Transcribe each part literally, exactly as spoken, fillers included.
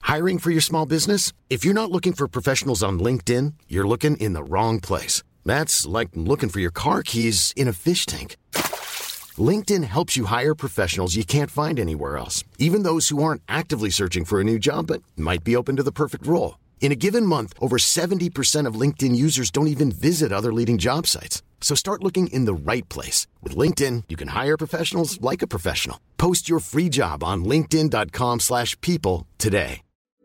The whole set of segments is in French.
Hiring for your small business? If you're not looking for professionals on LinkedIn, you're looking in the wrong place. That's like looking for your car keys in a fish tank. LinkedIn helps you hire professionals you can't find anywhere else, even those who aren't actively searching for a new job but might be open to the perfect role. In a given month, over seventy percent of LinkedIn users don't even visit other leading job sites. So start looking in the right place. With LinkedIn, you can hire professionals like a professional. Post your free job on linkedin dot com slash people today.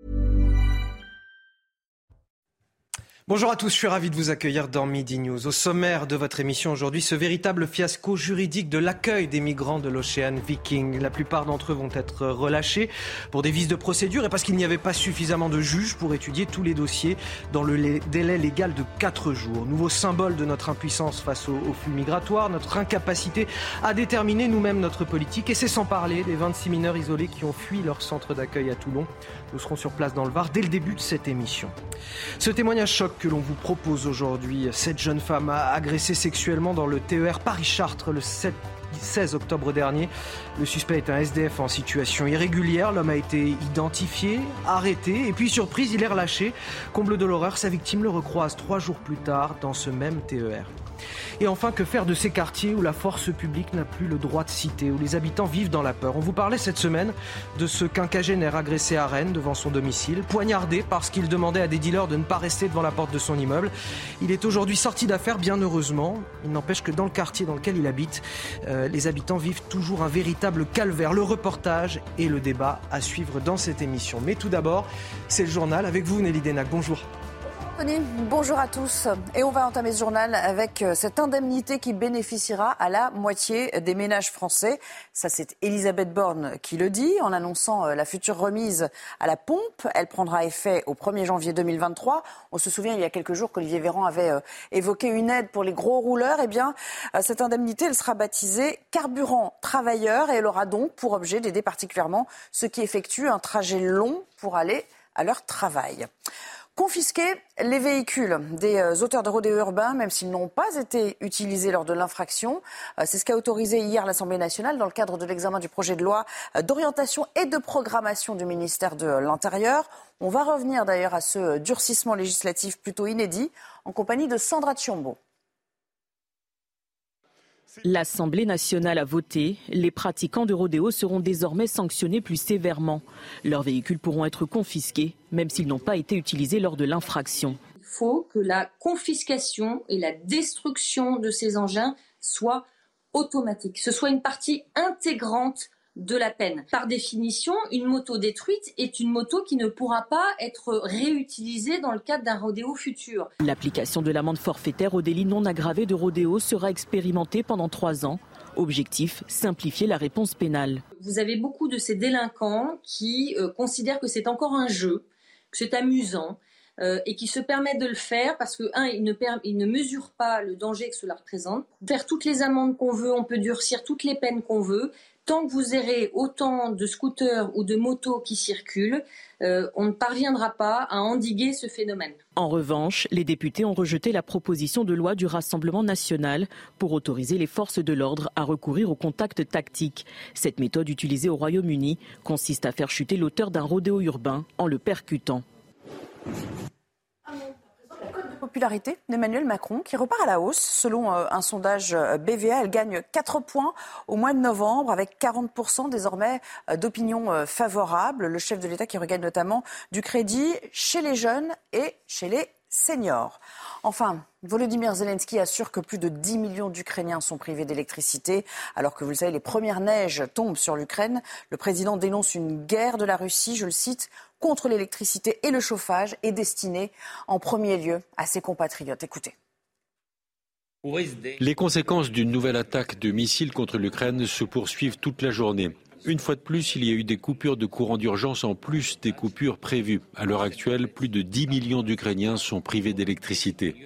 Bonjour à tous, je suis ravi de vous accueillir dans Midi News. Au sommaire de votre émission aujourd'hui, ce véritable fiasco juridique de l'accueil des migrants de l'Ocean Viking. La plupart d'entre eux vont être relâchés pour des vices de procédure et parce qu'il n'y avait pas suffisamment de juges pour étudier tous les dossiers dans le délai légal de quatre jours. Nouveau symbole de notre impuissance face au, au flux migratoire, notre incapacité à déterminer nous-mêmes notre politique. Et c'est sans parler des vingt-six mineurs isolés qui ont fui leur centre d'accueil à Toulon. Nous serons sur place dans le Var dès le début de cette émission. Ce témoignage choc que l'on vous propose aujourd'hui, cette jeune femme a agressé sexuellement dans le T E R Paris-Chartres le seize octobre dernier. Le suspect est un S D F en situation irrégulière. L'homme a été identifié, arrêté et puis surprise, il est relâché. Comble de l'horreur, sa victime le recroise trois jours plus tard dans ce même T E R. Et enfin, que faire de ces quartiers où la force publique n'a plus le droit de citer, où les habitants vivent dans la peur? On vous parlait cette semaine de ce quinquagénaire agressé à Rennes devant son domicile, poignardé parce qu'il demandait à des dealers de ne pas rester devant la porte de son immeuble. Il est aujourd'hui sorti d'affaire, bien heureusement. Il n'empêche que dans le quartier dans lequel il habite, euh, les habitants vivent toujours un véritable calvaire. Le reportage et le débat à suivre dans cette émission. Mais tout d'abord, c'est le journal avec vous, Nelly Denac. Bonjour. Tony, bonjour à tous. Et on va entamer ce journal avec cette indemnité qui bénéficiera à la moitié des ménages français. Ça, c'est Elisabeth Borne qui le dit en annonçant la future remise à la pompe. Elle prendra effet au premier janvier deux mille vingt-trois. On se souvient, il y a quelques jours, qu'Olivier Véran avait évoqué une aide pour les gros rouleurs. Eh bien, cette indemnité, elle sera baptisée carburant travailleur et elle aura donc pour objet d'aider particulièrement ceux qui effectuent un trajet long pour aller à leur travail. Confisquer les véhicules des auteurs de rodéos urbains, même s'ils n'ont pas été utilisés lors de l'infraction. C'est ce qu'a autorisé hier l'Assemblée nationale dans le cadre de l'examen du projet de loi d'orientation et de programmation du ministère de l'Intérieur. On va revenir d'ailleurs à ce durcissement législatif plutôt inédit en compagnie de Sandra Tchiombo. L'Assemblée nationale a voté. Les pratiquants de rodéo seront désormais sanctionnés plus sévèrement. Leurs véhicules pourront être confisqués, même s'ils n'ont pas été utilisés lors de l'infraction. Il faut que la confiscation et la destruction de ces engins soient automatiques. Ce soit une partie intégrante de la peine. Par définition, une moto détruite est une moto qui ne pourra pas être réutilisée dans le cadre d'un rodéo futur. L'application de l'amende forfaitaire au délit non aggravé de rodéo sera expérimentée pendant trois ans. Objectif, simplifier la réponse pénale. Vous avez beaucoup de ces délinquants qui euh, considèrent que c'est encore un jeu, que c'est amusant euh, et qui se permettent de le faire parce que, un, ils ne, per- ils ne mesurent pas le danger que cela représente. Faire toutes les amendes qu'on veut, on peut durcir toutes les peines qu'on veut. Tant que vous aurez autant de scooters ou de motos qui circulent, euh, on ne parviendra pas à endiguer ce phénomène. En revanche, les députés ont rejeté la proposition de loi du Rassemblement national pour autoriser les forces de l'ordre à recourir au contact tactique. Cette méthode utilisée au Royaume-Uni consiste à faire chuter l'auteur d'un rodéo urbain en le percutant. Popularité d'Emmanuel Macron qui repart à la hausse. Selon un sondage B V A, elle gagne quatre points au mois de novembre avec quarante pour cent désormais d'opinion favorable. Le chef de l'État qui regagne notamment du crédit chez les jeunes et chez les seniors. Enfin, Volodymyr Zelensky assure que plus de dix millions d'Ukrainiens sont privés d'électricité. Alors que vous le savez, les premières neiges tombent sur l'Ukraine. Le président dénonce une guerre de la Russie, je le cite, contre l'électricité et le chauffage est destinée en premier lieu à ses compatriotes. Écoutez. Les conséquences d'une nouvelle attaque de missiles contre l'Ukraine se poursuivent toute la journée. Une fois de plus, il y a eu des coupures de courant d'urgence en plus des coupures prévues. À l'heure actuelle, plus de dix millions d'Ukrainiens sont privés d'électricité.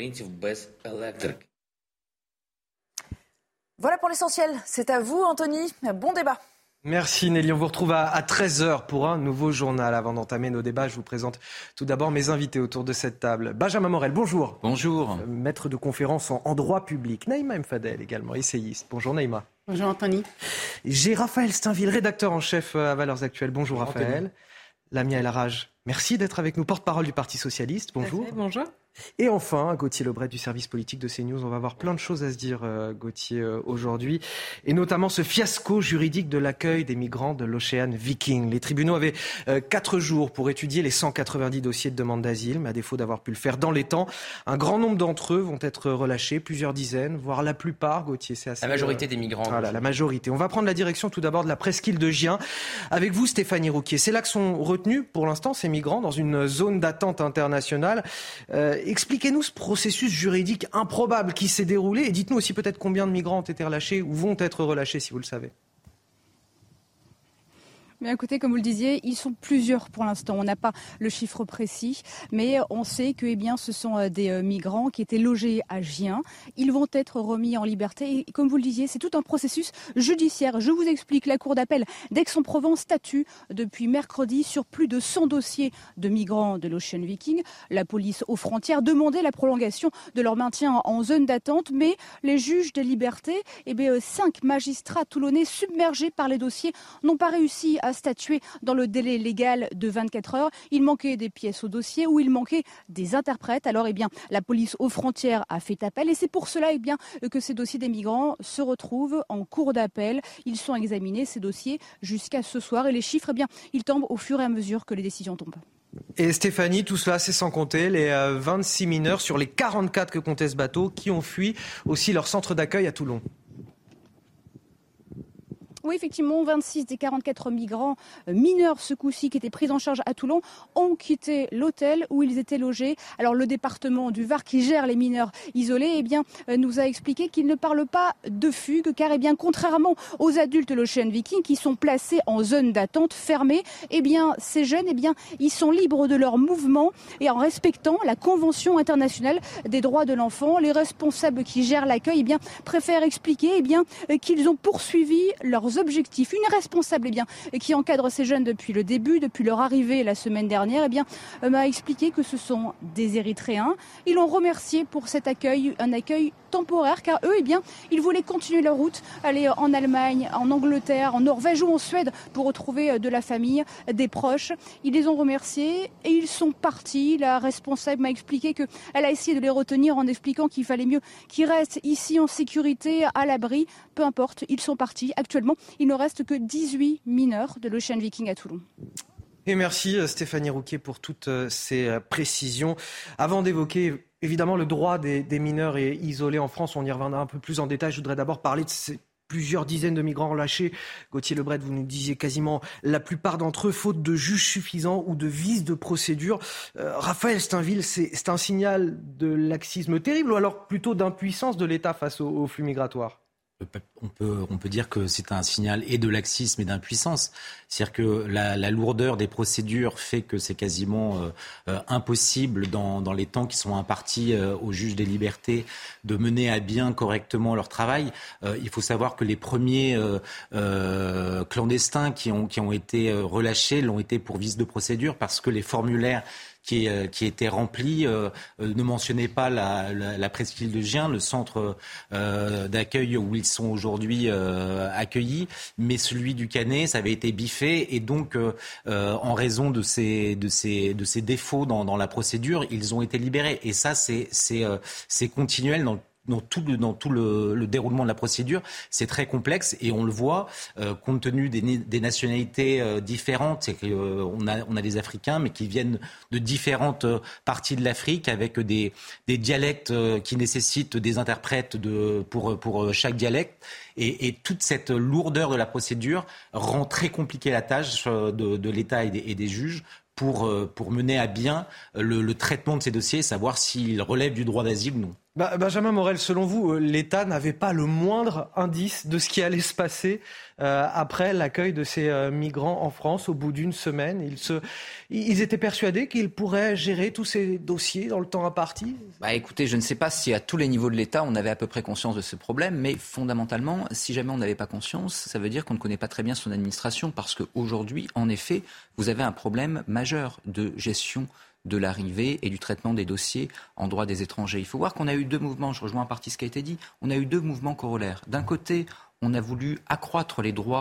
Voilà pour l'essentiel. C'est à vous, Anthony. Bon débat. Merci Nelly, on vous retrouve à, à treize heures pour un nouveau journal. Avant d'entamer nos débats, je vous présente tout d'abord mes invités autour de cette table. Benjamin Morel, bonjour. Bonjour. Euh, maître de conférence en, en droit public. Naïma Mfadel également, essayiste. Bonjour Naïma. Bonjour Anthony. J'ai Raphaël Steinville, rédacteur en chef à Valeurs Actuelles. Bonjour, Bonjour Raphaël. Anthony. Lamia El Harraj, merci d'être avec nous, porte-parole du Parti Socialiste. Bonjour. Fait, bonjour. Et enfin, Gauthier Lebret du service politique de CNews. On va avoir plein de choses à se dire, euh, Gauthier, euh, aujourd'hui. Et notamment ce fiasco juridique de l'accueil des migrants de l'Ocean Viking. Les tribunaux avaient euh, quatre jours pour étudier les cent quatre-vingt-dix dossiers de demande d'asile. Mais à défaut d'avoir pu le faire dans les temps, un grand nombre d'entre eux vont être relâchés, plusieurs dizaines, voire la plupart, Gauthier. C'est assez, la majorité euh, des migrants. Voilà, la majorité. On va prendre la direction tout d'abord de la presqu'île de Gien. Avec vous, Stéphanie Rouquier. C'est là que sont retenus, pour l'instant, ces migrants dans une zone d'attente internationale. Euh, expliquez-nous ce processus juridique improbable qui s'est déroulé et dites-nous aussi peut-être combien de migrants ont été relâchés ou vont être relâchés si vous le savez. Bien écoutez, comme vous le disiez, ils sont plusieurs pour l'instant. On n'a pas le chiffre précis, mais on sait que eh bien, ce sont des migrants qui étaient logés à Gien. Ils vont être remis en liberté. Et comme vous le disiez, c'est tout un processus judiciaire. Je vous explique, la Cour d'appel d'Aix-en-Provence statue depuis mercredi sur plus de cent dossiers de migrants de l'Ocean Viking. La police aux frontières demandait la prolongation de leur maintien en zone d'attente, mais les juges des libertés, eh bien, cinq magistrats toulonnais submergés par les dossiers n'ont pas réussi à statuer dans le délai légal de vingt-quatre heures. Il manquait des pièces au dossier ou il manquait des interprètes. Alors, eh bien, la police aux frontières a fait appel et c'est pour cela, eh bien, que ces dossiers des migrants se retrouvent en cours d'appel. Ils sont examinés, ces dossiers, jusqu'à ce soir et les chiffres, eh bien, ils tombent au fur et à mesure que les décisions tombent. Et Stéphanie, tout cela, c'est sans compter les vingt-six mineurs sur les quarante-quatre que comptait ce bateau qui ont fui aussi leur centre d'accueil à Toulon. Oui, effectivement, vingt-six des quarante-quatre migrants mineurs ce coup-ci qui étaient pris en charge à Toulon ont quitté l'hôtel où ils étaient logés. Alors le département du Var qui gère les mineurs isolés eh bien, nous a expliqué qu'il ne parle pas de fugue car eh bien, contrairement aux adultes de l'Ocean Viking qui sont placés en zone d'attente fermée, eh bien, ces jeunes eh bien, ils sont libres de leur mouvement et en respectant la Convention internationale des droits de l'enfant. Les responsables qui gèrent l'accueil eh bien, préfèrent expliquer eh bien, qu'ils ont poursuivi leurs objectifs. Une responsable eh bien, qui encadre ces jeunes depuis le début, depuis leur arrivée la semaine dernière, eh bien, m'a expliqué que ce sont des Érythréens. Ils l'ont remercié pour cet accueil, un accueil temporaire, car eux, eh bien, ils voulaient continuer leur route, aller en Allemagne, en Angleterre, en Norvège ou en Suède pour retrouver de la famille, des proches. Ils les ont remerciés et ils sont partis. La responsable m'a expliqué qu'elle a essayé de les retenir en expliquant qu'il fallait mieux qu'ils restent ici en sécurité, à l'abri. Peu importe, ils sont partis. Actuellement, il ne reste que dix-huit mineurs de l'Ocean Viking à Toulon. Et merci Stéphanie Rouquier pour toutes ces précisions. Avant d'évoquer évidemment le droit des, des mineurs et isolés en France, on y reviendra un peu plus en détail. Je voudrais d'abord parler de ces plusieurs dizaines de migrants relâchés. Gauthier Lebret, vous nous disiez quasiment la plupart d'entre eux, faute de juges suffisants ou de vices de procédure. Euh, Raphaël Steinville, c'est, c'est un signal de laxisme terrible ou alors plutôt d'impuissance de l'État face au, au flux migratoire ? On peut, on peut dire que c'est un signal et de laxisme et d'impuissance. C'est-à-dire que la, la lourdeur des procédures fait que c'est quasiment euh, euh, impossible dans, dans les temps qui sont impartis euh, aux juges des libertés de mener à bien correctement leur travail. Euh, il faut savoir que les premiers euh, euh, clandestins qui ont, qui ont été relâchés l'ont été pour vice de procédure parce que les formulaires qui, euh, qui étaient remplis euh, euh, ne mentionnaient pas la, la, la presqu'île de Gien, le centre euh, d'accueil où ils sont aujourd'hui euh, accueillis, mais celui du Canet, ça avait été biffé et donc euh, euh, en raison de ces, de ces, de ces défauts dans, dans la procédure, ils ont été libérés. Et ça, c'est, c'est, euh, c'est continuel dans le dans tout, le, dans tout le, le déroulement de la procédure. C'est très complexe et on le voit, euh, compte tenu des, des nationalités euh, différentes. C'est qu'on euh, a, on a des Africains, mais qui viennent de différentes euh, parties de l'Afrique, avec des, des dialectes euh, qui nécessitent des interprètes de, pour, pour chaque dialecte. Et, et toute cette lourdeur de la procédure rend très compliquée la tâche de, de l'État et des, et des juges pour, pour mener à bien le, le traitement de ces dossiers, savoir s'ils relèvent du droit d'asile ou non. Bah, Benjamin Morel, selon vous, l'État n'avait pas le moindre indice de ce qui allait se passer euh, après l'accueil de ces euh, migrants en France au bout d'une semaine. Ils, se, ils étaient persuadés qu'ils pourraient gérer tous ces dossiers dans le temps imparti. Bah, écoutez, je ne sais pas si à tous les niveaux de l'État on avait à peu près conscience de ce problème, mais fondamentalement, si jamais on n'avait pas conscience, ça veut dire qu'on ne connaît pas très bien son administration, parce qu'aujourd'hui, en effet, vous avez un problème majeur de gestion de l'arrivée et du traitement des dossiers en droit des étrangers. Il faut voir qu'on a eu deux mouvements, je rejoins en partie ce qui a été dit, on a eu deux mouvements corollaires. D'un côté, on a voulu accroître les droits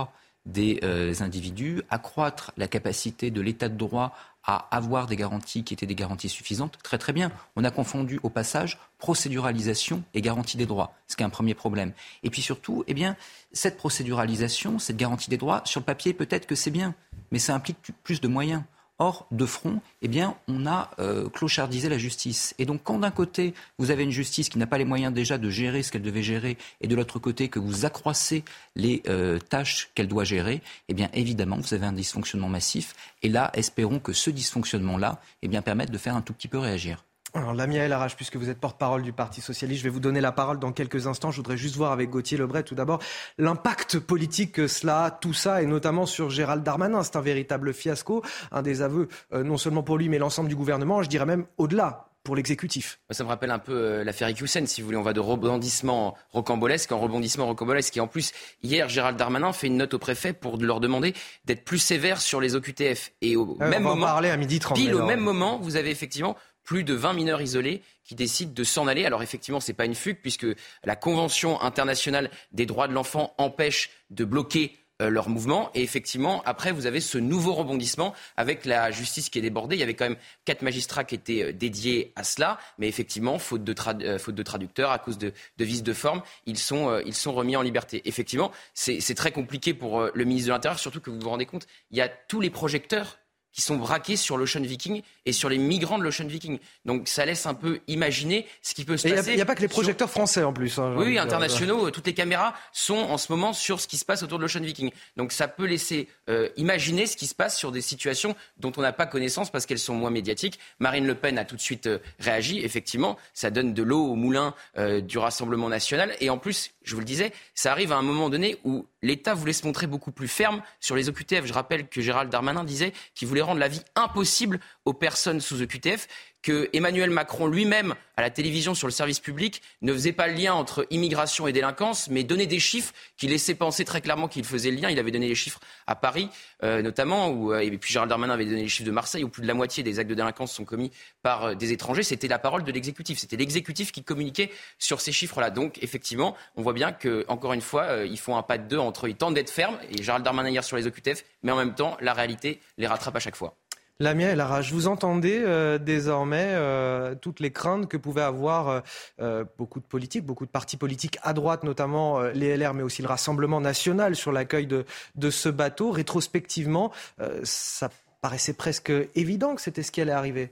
des euh, individus, accroître la capacité de l'état de droit à avoir des garanties qui étaient des garanties suffisantes, très très bien. On a confondu au passage procéduralisation et garantie des droits, ce qui est un premier problème. Et puis surtout, eh bien, cette procéduralisation, cette garantie des droits, sur le papier peut-être que c'est bien, mais ça implique plus de moyens. Or, de front, eh bien, on a euh, clochardisé la justice. Et donc, quand d'un côté, vous avez une justice qui n'a pas les moyens déjà de gérer ce qu'elle devait gérer, et de l'autre côté, que vous accroissez les euh, tâches qu'elle doit gérer, eh bien, évidemment, vous avez un dysfonctionnement massif. Et là, espérons que ce dysfonctionnement-là, eh bien, permette de faire un tout petit peu réagir. Alors, Lamia El Arach, puisque vous êtes porte-parole du Parti Socialiste, je vais vous donner la parole dans quelques instants. Je voudrais juste voir avec Gauthier Lebret, tout d'abord, l'impact politique que cela a, tout ça, et notamment sur Gérald Darmanin. C'est un véritable fiasco, un désaveu, euh, non seulement pour lui, mais l'ensemble du gouvernement, je dirais même au-delà. Pour l'exécutif. Ça me rappelle un peu euh, l'affaire Iqiyoussen, si vous voulez. On va de rebondissement rocambolesque en rebondissement rocambolesque. Et en plus, hier, Gérald Darmanin fait une note au préfet pour leur demander d'être plus sévère sur les O Q T F. Et au euh, même on va moment, en parler à midi trente, pile au même moment, vous avez effectivement plus de vingt mineurs isolés qui décident de s'en aller. Alors effectivement, c'est pas une fugue puisque la Convention internationale des droits de l'enfant empêche de bloquer Euh, leur mouvement. Et effectivement, après, vous avez ce nouveau rebondissement avec la justice qui est débordée. Il y avait quand même quatre magistrats qui étaient euh, dédiés à cela. Mais effectivement, faute de, trad- euh, faute de traducteurs, à cause de, de vices de forme, ils sont, euh, ils sont remis en liberté. Effectivement, c'est, c'est très compliqué pour euh, le ministre de l'Intérieur, surtout que vous vous rendez compte, il y a tous les projecteurs qui sont braqués sur l'Ocean Viking et sur les migrants de l'Ocean Viking. Donc ça laisse un peu imaginer ce qui peut se passer. Il n'y a, a pas que les projecteurs sur... français en plus. Hein, oui, oui, internationaux. Toutes les caméras sont en ce moment sur ce qui se passe autour de l'Ocean Viking. Donc ça peut laisser euh, imaginer ce qui se passe sur des situations dont on n'a pas connaissance parce qu'elles sont moins médiatiques. Marine Le Pen a tout de suite euh, réagi. Effectivement, ça donne de l'eau au moulin euh, du Rassemblement national. Et en plus, je vous le disais, ça arrive à un moment donné où l'État voulait se montrer beaucoup plus ferme sur les O Q T F. Je rappelle que Gérald Darmanin disait qu'il voulait rendre la vie impossible aux personnes sous O Q T F, que Emmanuel Macron lui-même, à la télévision sur le service public, ne faisait pas le lien entre immigration et délinquance, mais donnait des chiffres qui laissaient penser très clairement qu'il faisait le lien. Il avait donné les chiffres à Paris, euh, notamment, où, euh, et puis Gérald Darmanin avait donné les chiffres de Marseille, où plus de la moitié des actes de délinquance sont commis par euh, des étrangers. C'était la parole de l'exécutif. C'était l'exécutif qui communiquait sur ces chiffres-là. Donc, effectivement, on voit bien que, encore une fois, euh, ils font un pas de deux entre, ils tentent d'être fermes, et Gérald Darmanin hier sur les O Q T F, mais en même temps, la réalité les rattrape à chaque fois. Lamia El Arach, vous entendez euh, désormais euh, toutes les craintes que pouvaient avoir euh, beaucoup de politiques, beaucoup de partis politiques à droite, notamment euh, les L R, mais aussi le Rassemblement national sur l'accueil de, de ce bateau. Rétrospectivement, euh, ça paraissait presque évident que c'était ce qui allait arriver.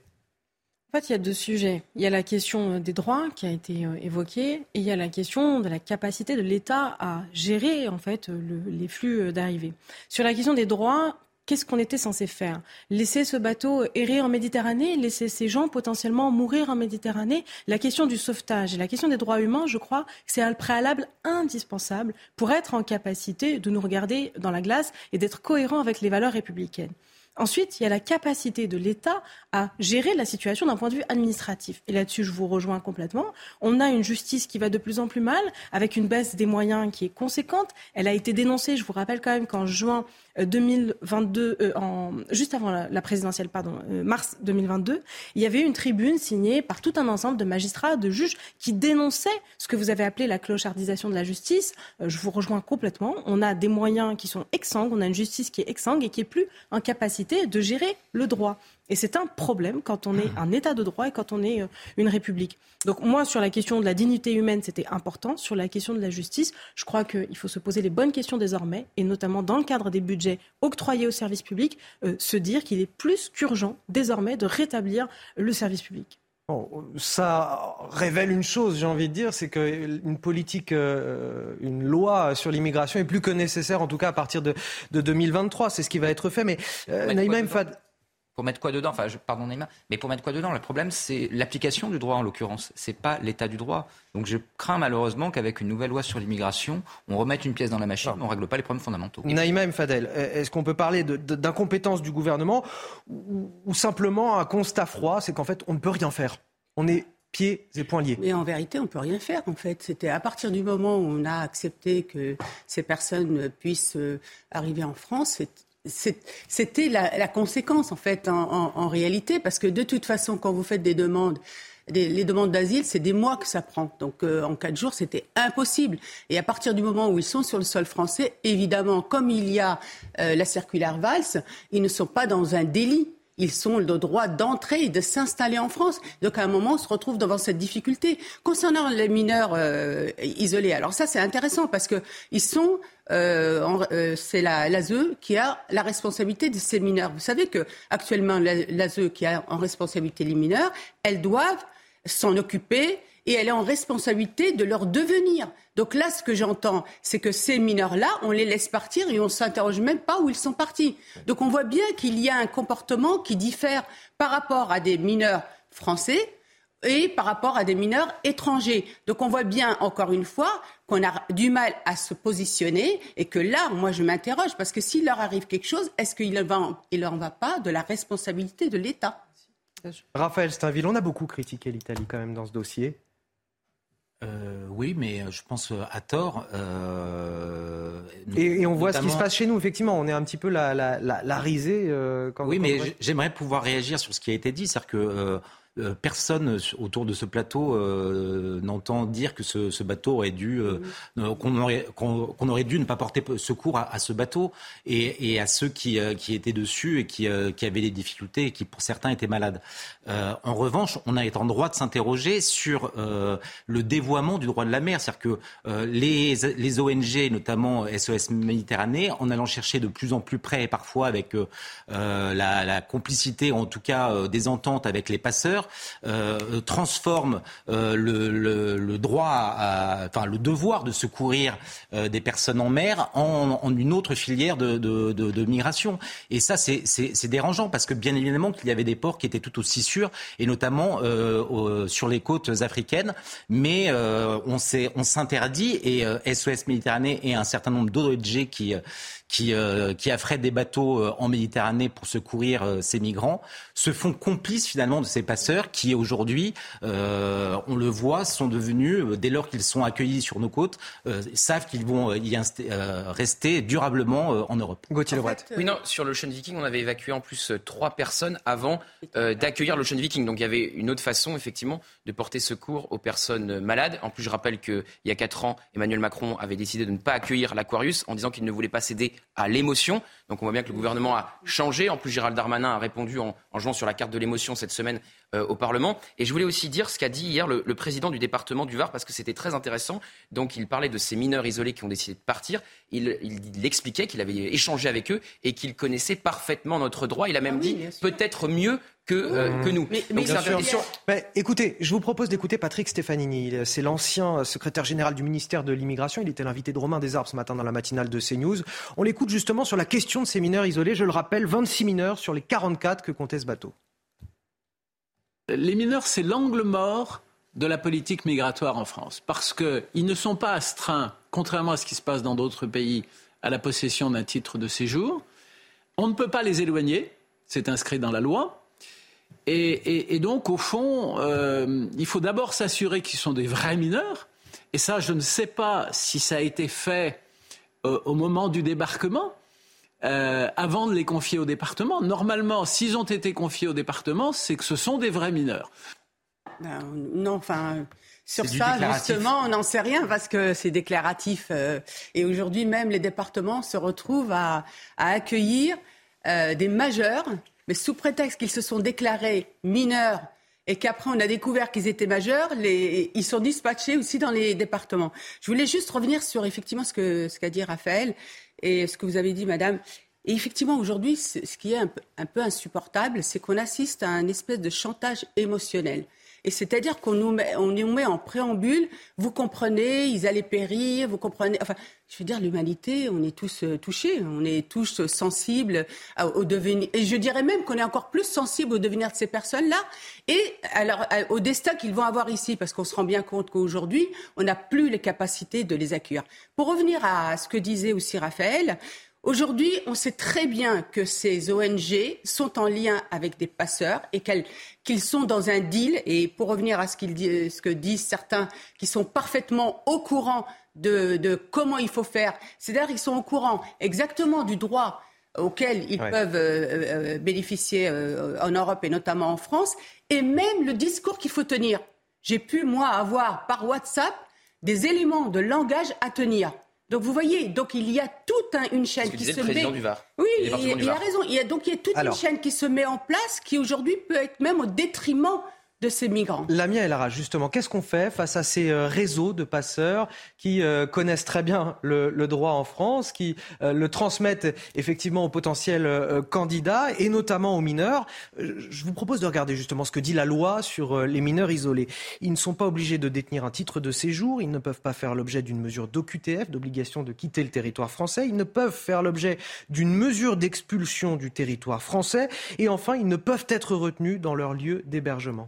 En fait, il y a deux sujets. Il y a la question des droits qui a été évoquée et il y a la question de la capacité de l'État à gérer en fait le, les flux d'arrivée. Sur la question des droits, qu'est-ce qu'on était censé faire ? Laisser ce bateau errer en Méditerranée, laisser ces gens potentiellement mourir en Méditerranée ? La question du sauvetage et la question des droits humains, je crois que c'est un préalable indispensable pour être en capacité de nous regarder dans la glace et d'être cohérent avec les valeurs républicaines. Ensuite, il y a la capacité de l'État à gérer la situation d'un point de vue administratif. Et là-dessus, je vous rejoins complètement. On a une justice qui va de plus en plus mal, avec une baisse des moyens qui est conséquente. Elle a été dénoncée, je vous rappelle quand même qu'en juin deux mille vingt-deux, euh, en, juste avant la, la présidentielle, pardon, euh, mars deux mille vingt-deux, il y avait une tribune signée par tout un ensemble de magistrats, de juges, qui dénonçaient ce que vous avez appelé la clochardisation de la justice. Euh, je vous rejoins complètement. On a des moyens qui sont exsangues, on a une justice qui est exsangue et qui est plus en capacité de gérer le droit. Et c'est un problème quand on est un État de droit et quand on est une République. Donc moi, sur la question de la dignité humaine, c'était important. Sur la question de la justice, je crois qu'il faut se poser les bonnes questions désormais, et notamment dans le cadre des budgets octroyés au service public, euh, se dire qu'il est plus qu'urgent désormais de rétablir le service public. Bon, ça révèle une chose, j'ai envie de dire, c'est qu'une politique, euh, une loi sur l'immigration est plus que nécessaire, en tout cas à partir de, de deux mille vingt-trois. C'est ce qui va être fait. Mais euh, Naïma M. Fadel... Pour mettre quoi dedans ? Enfin, je, pardon Naïma, mais pour mettre quoi dedans ? Le problème, c'est l'application du droit en l'occurrence. C'est pas l'état du droit. Donc je crains malheureusement qu'avec une nouvelle loi sur l'immigration, on remette une pièce dans la machine, mais on ne règle pas les problèmes fondamentaux. Naïma M. Fadel, est-ce qu'on peut parler de, de, d'incompétence du gouvernement ou, ou simplement un constat froid, c'est qu'en fait, on ne peut rien faire. On est pieds et poings liés. Mais en vérité, on ne peut rien faire, en fait. C'était à partir du moment où on a accepté que ces personnes puissent arriver en France, c'est, c'était la, la conséquence, en fait, en, en, en réalité, parce que de toute façon, quand vous faites des demandes des, les demandes d'asile, c'est des mois que ça prend. Donc euh, en quatre jours, c'était impossible. Et à partir du moment où ils sont sur le sol français, évidemment, comme il y a euh, la circulaire Valls, ils ne sont pas dans un délit. Ils sont le droit d'entrer et de s'installer en France. Donc, à un moment, on se retrouve devant cette difficulté. Concernant les mineurs euh, isolés, alors ça, c'est intéressant parce que ils sont, euh, en, euh, c'est la, l'A S E qui a la responsabilité de ces mineurs. Vous savez que actuellement, l'A S E qui a en responsabilité les mineurs, elles doivent s'en occuper et elle est en responsabilité de leur devenir. Donc là, ce que j'entends, c'est que ces mineurs-là, on les laisse partir et on ne s'interroge même pas où ils sont partis. Donc on voit bien qu'il y a un comportement qui diffère par rapport à des mineurs français et par rapport à des mineurs étrangers. Donc on voit bien, encore une fois, qu'on a du mal à se positionner et que là, moi, je m'interroge parce que s'il leur arrive quelque chose, est-ce qu'il ne leur va pas de la responsabilité de l'État ? Raphaël Steinville, on a beaucoup critiqué l'Italie quand même dans ce dossier. Euh, oui, mais je pense à tort. Euh, et, et on voit notamment... ce qui se passe chez nous. Effectivement, on est un petit peu la, la, la, la risée. Euh, quand, oui, quand mais on... j'aimerais pouvoir réagir sur ce qui a été dit. C'est-à-dire que euh, euh, personne autour de ce plateau euh, n'entend dire que ce, ce bateau aurait dû, euh, mmh. qu'on, aurait, qu'on, qu'on aurait dû ne pas porter secours à, à ce bateau et, et à ceux qui, euh, qui étaient dessus et qui, euh, qui avaient des difficultés et qui, pour certains, étaient malades. Euh, en revanche, on a été en droit de s'interroger sur euh, le dévoiement du droit de la mer. C'est-à-dire que euh, les, les O N G, notamment S O S Méditerranée, en allant chercher de plus en plus près et parfois avec euh, la, la complicité, en tout cas euh, des ententes avec les passeurs, euh, transforment euh, le, le, le droit, à, enfin le devoir de secourir euh, des personnes en mer en, en une autre filière de, de, de, de migration. Et ça, c'est, c'est, c'est dérangeant parce que bien évidemment qu'il y avait des ports qui étaient tout aussi sûrs et notamment euh, euh, sur les côtes africaines, mais euh, on, s'est, on s'interdit et euh, S O S Méditerranée et un certain nombre d'O N G qui, qui, euh, qui affrètent des bateaux euh, en Méditerranée pour secourir euh, ces migrants se font complices finalement de ces passeurs qui aujourd'hui, euh, on le voit, sont devenus, euh, dès lors qu'ils sont accueillis sur nos côtes, euh, savent qu'ils vont y inst- euh, rester durablement euh, en Europe. Gauthier Lebret. Oui, non, sur l'Ocean Viking, on avait évacué en plus euh, trois personnes avant euh, d'accueillir l'Ocean Viking. Donc il y avait une autre façon, effectivement, de porter secours aux personnes malades. En plus, je rappelle qu'il y a quatre ans, Emmanuel Macron avait décidé de ne pas accueillir l'Aquarius en disant qu'il ne voulait pas céder à l'émotion. Donc on voit bien que le gouvernement a changé. En plus, Gérald Darmanin a répondu en, en jouant sur la carte de l'émotion cette semaine euh, au Parlement. Et je voulais aussi dire ce qu'a dit hier le, le président du département du Var, parce que c'était très intéressant. Donc il parlait de ces mineurs isolés qui ont décidé de partir. Il, il, il expliquait qu'il avait échangé avec eux et qu'il connaissait parfaitement notre droit. Il a même ah oui, dit peut-être mieux que, euh, que nous. Mais, mais bien sûr. Mais, écoutez, je vous propose d'écouter Patrick Stefanini. C'est l'ancien secrétaire général du ministère de l'Immigration. Il était l'invité de Romain Desarbes ce matin dans la matinale de CNews. On l'écoute justement sur la question de ces mineurs isolés. Je le rappelle, vingt-six mineurs sur les quarante-quatre que comptait ce bateau. Les mineurs, c'est l'angle mort de la politique migratoire en France. Parce qu'ils ne sont pas astreints, contrairement à ce qui se passe dans d'autres pays, à la possession d'un titre de séjour. On ne peut pas les éloigner. C'est inscrit dans la loi. Et, et, et donc, au fond, euh, il faut d'abord s'assurer qu'ils sont des vrais mineurs. Et ça, je ne sais pas si ça a été fait euh, au moment du débarquement, euh, avant de les confier au département. Normalement, s'ils ont été confiés au département, c'est que ce sont des vrais mineurs. Ben, non, enfin... Sur ça, justement, on n'en sait rien parce que c'est déclaratif. Euh, et aujourd'hui, même les départements se retrouvent à, à accueillir euh, des majeurs, mais sous prétexte qu'ils se sont déclarés mineurs et qu'après on a découvert qu'ils étaient majeurs, les, ils sont dispatchés aussi dans les départements. Je voulais juste revenir sur effectivement ce, que, ce qu'a dit Raphaël et ce que vous avez dit, madame. Et effectivement, aujourd'hui, ce qui est un peu, un peu insupportable, c'est qu'on assiste à un espèce de chantage émotionnel. Et c'est-à-dire qu'on nous met, on nous met en préambule, vous comprenez, ils allaient périr, vous comprenez... Enfin, je veux dire, l'humanité, on est tous euh, touchés, on est tous sensibles à, au devenir... Et je dirais même qu'on est encore plus sensibles au devenir de ces personnes-là et alors, à, au destin qu'ils vont avoir ici, parce qu'on se rend bien compte qu'aujourd'hui, on n'a plus les capacités de les accueillir. Pour revenir à ce que disait aussi Raphaël... Aujourd'hui, on sait très bien que ces O N G sont en lien avec des passeurs et qu'elles, qu'ils sont dans un deal. Et pour revenir à ce, qu'ils disent, ce que disent certains qui sont parfaitement au courant de, de comment il faut faire, c'est-à-dire qu'ils sont au courant exactement du droit auxquels ils ouais. peuvent euh, euh, bénéficier euh, en Europe et notamment en France, et même le discours qu'il faut tenir. J'ai pu, moi, avoir par WhatsApp des éléments de langage à tenir. Donc vous voyez, donc il y a toute un, une chaîne qui se met. Du Var. Oui, il, il, il a raison. Il y a donc il y a toute Alors. une chaîne qui se met en place, qui aujourd'hui peut être même au détriment de ces migrants. Lamia El Harraj, justement, qu'est-ce qu'on fait face à ces euh, réseaux de passeurs qui euh, connaissent très bien le, le droit en France, qui euh, le transmettent effectivement aux potentiels euh, candidats et notamment aux mineurs? Je vous propose de regarder justement ce que dit la loi sur euh, les mineurs isolés. Ils ne sont pas obligés de détenir un titre de séjour, ils ne peuvent pas faire l'objet d'une mesure d'O Q T F, d'obligation de quitter le territoire français, ils ne peuvent faire l'objet d'une mesure d'expulsion du territoire français et enfin, ils ne peuvent être retenus dans leur lieu d'hébergement.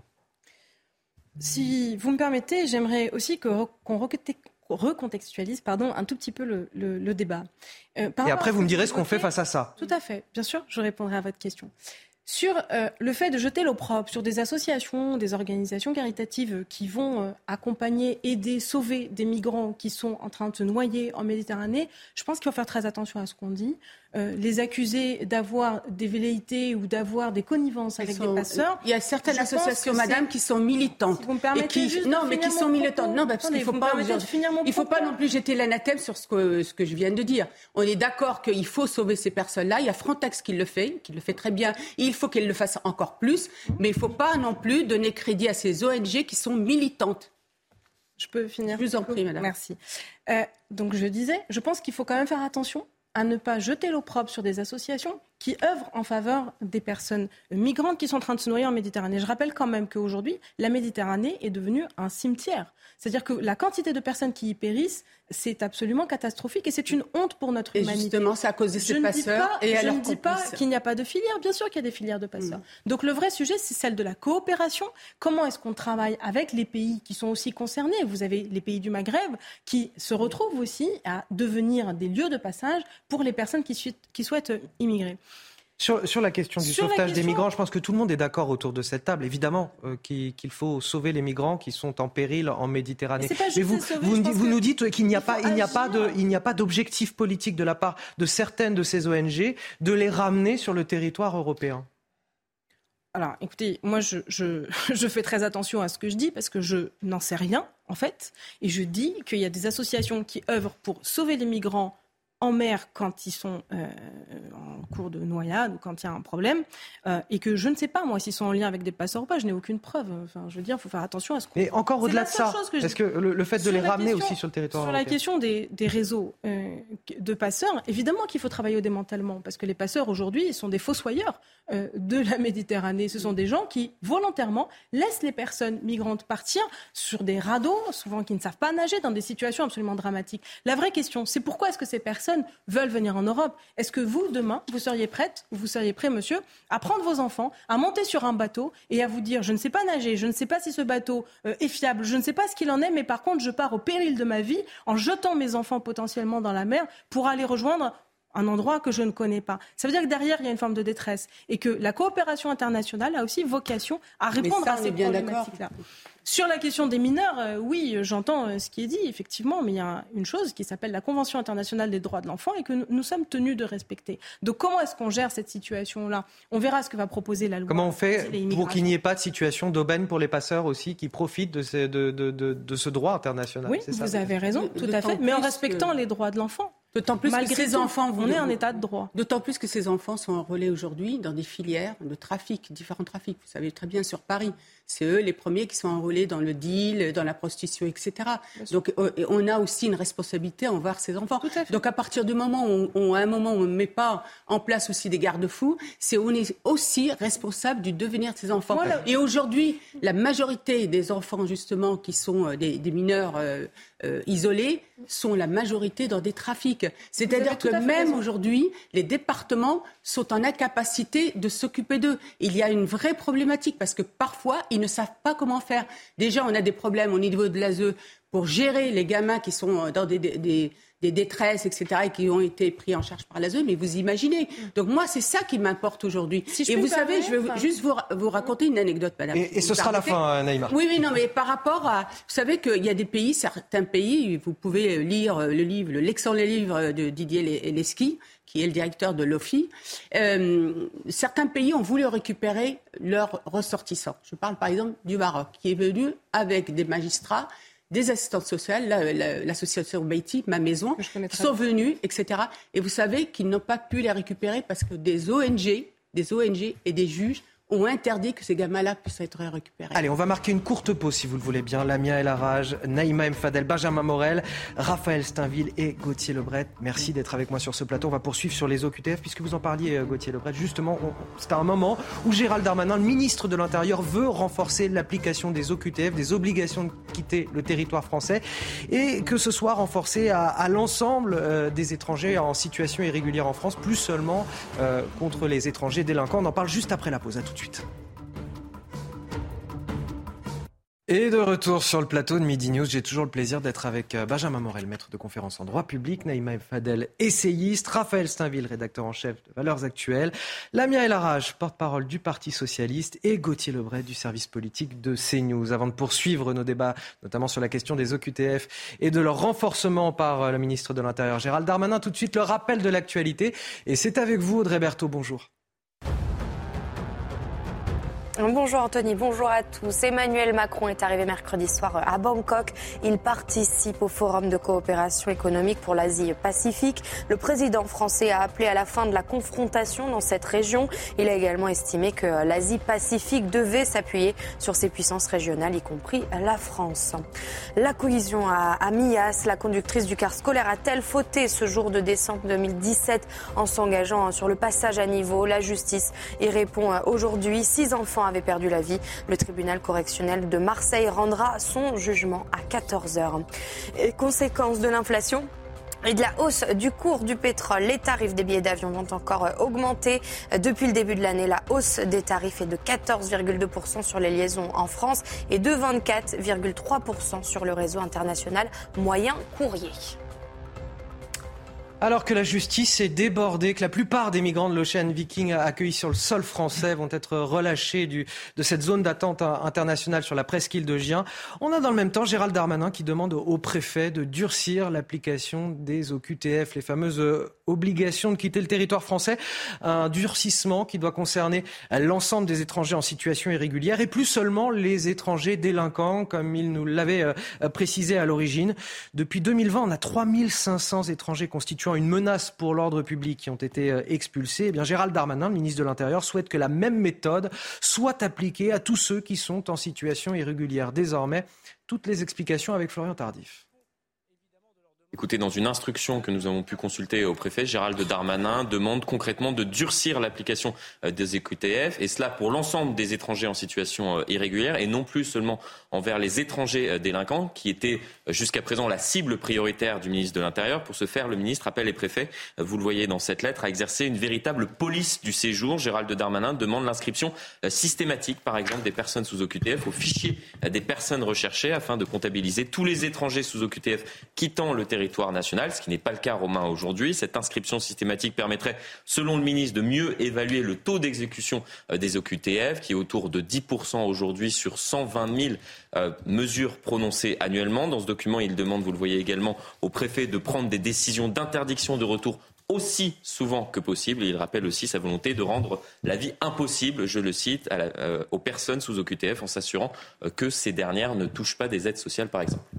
Si vous me permettez, j'aimerais aussi que, qu'on recontextualise pardon, un tout petit peu le, le, le débat. Euh, Et après, vous me direz ce qu'on fait face à ça. Tout à fait. Bien sûr, je répondrai à votre question. Sur euh, le fait de jeter l'opprobre sur des associations, des organisations caritatives qui vont euh, accompagner, aider, sauver des migrants qui sont en train de se noyer en Méditerranée, je pense qu'il faut faire très attention à ce qu'on dit. Euh, les accuser d'avoir des velléités ou d'avoir des connivences avec sont, des passeurs. Il y a certaines associations, madame, qui sont militantes. Si vous me permettez et qui, non, mais qui sont militantes. Non, parce qu'il ne faut pas, il faut pas non plus jeter l'anathème sur ce que, ce que je viens de dire. On est d'accord qu'il faut sauver ces personnes-là. Il y a Frontex qui le fait, qui le fait très bien. Il faut qu'elle le fasse encore plus. Mais il ne faut pas non plus donner crédit à ces O N G qui sont militantes. Je peux finir? Je vous en prie, madame. Merci. Euh, donc, je disais, je pense qu'il faut quand même faire attention à ne pas jeter l'opprobre sur des associations qui œuvrent en faveur des personnes migrantes qui sont en train de se noyer en Méditerranée. Je rappelle quand même qu'aujourd'hui, la Méditerranée est devenue un cimetière. C'est-à-dire que la quantité de personnes qui y périssent, c'est absolument catastrophique et c'est une honte pour notre et humanité. Justement, c'est à cause de ces je passeurs pas, et Je à ne dis pas qu'il n'y a pas de filière. Bien sûr qu'il y a des filières de passeurs. Mmh. Donc le vrai sujet, c'est celle de la coopération. Comment est-ce qu'on travaille avec les pays qui sont aussi concernés? Vous avez les pays du Maghreb qui se retrouvent aussi à devenir des lieux de passage pour les personnes qui, su- qui souhaitent immigrer. Sur, sur la question du sur sauvetage question... des migrants, je pense que tout le monde est d'accord autour de cette table. Évidemment euh, qu'il, qu'il faut sauver les migrants qui sont en péril en Méditerranée. Mais, Mais vous, sauver, vous, vous que nous dites qu'il n'y a pas, il n'y a pas de, il n'y a pas d'objectif politique de la part de certaines de ces O N G de les ramener sur le territoire européen. Alors, écoutez, moi, je, je, je fais très attention à ce que je dis parce que je n'en sais rien, en fait. Et je dis qu'il y a des associations qui œuvrent pour sauver les migrants en mer quand ils sont euh, en cours de noyade ou quand il y a un problème, euh, et que je ne sais pas, moi, s'ils sont en lien avec des passeurs ou pas, je n'ai aucune preuve. Enfin, je veux dire, il faut faire attention à ce qu'on... Mais encore au-delà de ça, que est-ce que le, le fait de les ramener question, aussi sur le territoire Sur européen. la question des, des réseaux euh, de passeurs, évidemment qu'il faut travailler au démantèlement, parce que les passeurs, aujourd'hui, sont des fossoyeurs euh, de la Méditerranée. Ce sont des gens qui, volontairement, laissent les personnes migrantes partir sur des radeaux, souvent qui ne savent pas nager, dans des situations absolument dramatiques. La vraie question, c'est pourquoi est-ce que ces personnes veulent venir en Europe? Est-ce que vous, demain, vous seriez prête, ou vous seriez prêt, monsieur, à prendre vos enfants, à monter sur un bateau et à vous dire, je ne sais pas nager, je ne sais pas si ce bateau euh, est fiable, je ne sais pas ce qu'il en est, mais par contre, je pars au péril de ma vie en jetant mes enfants potentiellement dans la mer pour aller rejoindre un endroit que je ne connais pas. Ça veut dire que derrière, il y a une forme de détresse et que la coopération internationale a aussi vocation à répondre ça, à ces problématiques-là. Sur la question des mineurs, euh, oui, j'entends euh, ce qui est dit, effectivement, mais il y a une chose qui s'appelle la Convention internationale des droits de l'enfant et que nous, nous sommes tenus de respecter. Donc comment est-ce qu'on gère cette situation-là? On verra ce que va proposer la loi. Comment on fait pour qu'il n'y ait pas de situation d'aubaine pour les passeurs aussi qui profitent de ce, de, de, de, de ce droit international? Oui, c'est ça, vous avez raison, tout à fait, mais en respectant que... les droits de l'enfant. D'autant plus Malgré que ces tout, enfants, on est en état de droit. D'autant plus que ces enfants sont enrôlés aujourd'hui dans des filières de trafic, différents trafics. Vous savez très bien sur Paris, c'est eux les premiers qui sont enrôlés dans le deal, dans la prostitution, et cetera. Donc on a aussi une responsabilité envers ces enfants. Tout à fait. Donc à partir du moment où, on, à un moment où on ne met pas en place aussi des garde-fous, c'est on est aussi responsable du devenir de ces enfants. Voilà. Et aujourd'hui, la majorité des enfants justement qui sont des, des mineurs euh, euh, isolés sont la majorité dans des trafics. C'est-à-dire que même raison. Aujourd'hui, les départements sont en incapacité de s'occuper d'eux. Il y a une vraie problématique parce que parfois, ils ne savent pas comment faire. Déjà, on a des problèmes au niveau de l'A S E pour gérer les gamins qui sont dans des, des, des, des détresses, et cetera, et qui ont été pris en charge par l'A S E, mais vous imaginez. Donc moi, c'est ça qui m'importe aujourd'hui. Si et vous savez, je vais enfin... juste vous, vous raconter une anecdote, madame. Et, et ce sera arrêtez. La fin, Naïma. Oui, oui, non, mais par rapport à... Vous savez qu'il y a des pays, certains pays, vous pouvez lire le livre, l'excellent livre de Didier Lesky, qui est le directeur de l'O F I, euh, certains pays ont voulu récupérer leurs ressortissants. Je parle par exemple du Maroc, qui est venu avec des magistrats, des assistantes sociales, la, la, l'association Beiti, Ma Maison, sont venus, et cetera. Et vous savez qu'ils n'ont pas pu les récupérer parce que des O N G, des O N G et des juges ont interdit que ces gamins-là puissent être récupérés. Allez, on va marquer une courte pause si vous le voulez bien. Lamia El Harraj, Naïma M. Fadel, Benjamin Morel, Raphaël Steinville et Gauthier Lebret. Merci d'être avec moi sur ce plateau. On va poursuivre sur les O Q T F puisque vous en parliez, Gauthier Lebret. Justement, on, c'est un moment où Gérald Darmanin, le ministre de l'Intérieur, veut renforcer l'application des O Q T F, des obligations de quitter le territoire français et que ce soit renforcé à, à l'ensemble euh, des étrangers en situation irrégulière en France, plus seulement euh, contre les étrangers délinquants. On en parle juste après la pause. À tout de suite. Et de retour sur le plateau de Midi News, j'ai toujours le plaisir d'être avec Benjamin Morel, maître de conférence en droit public, Naïma El Fadel, essayiste, Raphaël Steinville, rédacteur en chef de Valeurs Actuelles, Lamia El Harraj, porte-parole du Parti Socialiste et Gauthier Lebret du service politique de CNews. Avant de poursuivre nos débats, notamment sur la question des O Q T F et de leur renforcement par le ministre de l'Intérieur Gérald Darmanin, tout de suite le rappel de l'actualité. Et c'est avec vous Audrey Berthaud, bonjour. Bonjour Anthony, bonjour à tous. Emmanuel Macron est arrivé mercredi soir à Bangkok. Il participe au Forum de coopération économique pour l'Asie-Pacifique. Le président français a appelé à la fin de la confrontation dans cette région. Il a également estimé que l'Asie-Pacifique devait s'appuyer sur ses puissances régionales, y compris la France. La cohésion à, à Millas, la conductrice du car scolaire a-t-elle fauté ce jour de décembre deux mille dix-sept en s'engageant sur le passage à niveau? La justice y répond aujourd'hui. Six enfants avait perdu la vie. Le tribunal correctionnel de Marseille rendra son jugement à quatorze heures. Et conséquence de l'inflation et de la hausse du cours du pétrole, les tarifs des billets d'avion vont encore augmenter. Depuis le début de l'année, la hausse des tarifs est de quatorze virgule deux pour cent sur les liaisons en France et de vingt-quatre virgule trois pour cent sur le réseau international moyen courrier. Alors que la justice est débordée, que la plupart des migrants de l'Ocean Viking accueillis sur le sol français vont être relâchés du, de cette zone d'attente internationale sur la presqu'île de Gien, on a dans le même temps Gérald Darmanin qui demande au préfet de durcir l'application des O Q T F, les fameuses obligations de quitter le territoire français. Un durcissement qui doit concerner l'ensemble des étrangers en situation irrégulière et plus seulement les étrangers délinquants, comme il nous l'avait précisé à l'origine. Depuis deux mille vingt, on a trois mille cinq cents étrangers constituant une menace pour l'ordre public qui ont été expulsés. Eh bien, Gérald Darmanin, le ministre de l'Intérieur, souhaite que la même méthode soit appliquée à tous ceux qui sont en situation irrégulière. Désormais, toutes les explications avec Florian Tardif. Écoutez, dans une instruction que nous avons pu consulter au préfet, Gérald Darmanin demande concrètement de durcir l'application des O Q T F, et cela pour l'ensemble des étrangers en situation irrégulière et non plus seulement envers les étrangers délinquants qui étaient jusqu'à présent la cible prioritaire du ministre de l'Intérieur. Pour ce faire, le ministre appelle les préfets, vous le voyez dans cette lettre, à exercer une véritable police du séjour. Gérald Darmanin demande l'inscription systématique, par exemple, des personnes sous O Q T F au fichier des personnes recherchées afin de comptabiliser tous les étrangers sous O Q T F quittant le territoire territoire national, ce qui n'est pas le cas, Romain, aujourd'hui. Cette inscription systématique permettrait, selon le ministre, de mieux évaluer le taux d'exécution des O Q T F, qui est autour de dix pour cent aujourd'hui sur cent vingt mille euh, mesures prononcées annuellement. Dans ce document, il demande, vous le voyez également, au préfet de prendre des décisions d'interdiction de retour aussi souvent que possible. Et il rappelle aussi sa volonté de rendre la vie impossible, je le cite, à la, euh, aux personnes sous O Q T F en s'assurant euh, que ces dernières ne touchent pas des aides sociales, par exemple.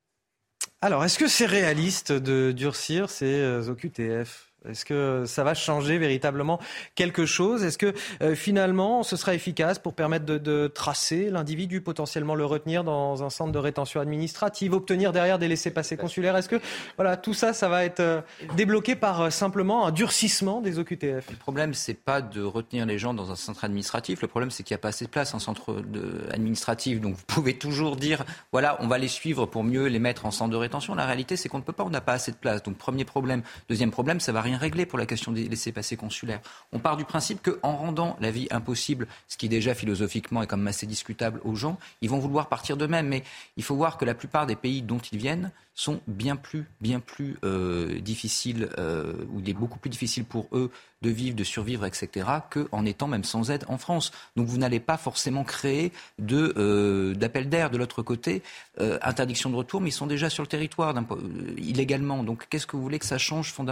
Alors, est-ce que c'est réaliste de durcir ces O Q T F ? Est-ce que ça va changer véritablement quelque chose ? Est-ce que euh, finalement ce sera efficace pour permettre de, de tracer l'individu, potentiellement le retenir dans un centre de rétention administrative, obtenir derrière des laissez-passer consulaires ? Est-ce que voilà, tout ça, ça va être euh, débloqué par euh, simplement un durcissement des O Q T F ? Le problème, c'est pas de retenir les gens dans un centre administratif. Le problème, c'est qu'il n'y a pas assez de place en centre de, administratif. Donc vous pouvez toujours dire, voilà, on va les suivre pour mieux les mettre en centre de rétention. La réalité, c'est qu'on ne peut pas, on n'a pas assez de place. Donc premier problème. Deuxième problème, ça va rien régler pour la question des laissez-passer consulaires. On part du principe qu'en rendant la vie impossible, ce qui déjà philosophiquement est quand même assez discutable aux gens, ils vont vouloir partir d'eux-mêmes. Mais il faut voir que la plupart des pays dont ils viennent sont bien plus, bien plus euh, difficiles, euh, ou il est beaucoup plus difficile pour eux de vivre, de survivre, et cetera, qu'en étant même sans aide en France. Donc vous n'allez pas forcément créer de, euh, d'appel d'air de l'autre côté. Euh, interdiction de retour, mais ils sont déjà sur le territoire euh, illégalement. Donc qu'est-ce que vous voulez que ça change fondamentalement ?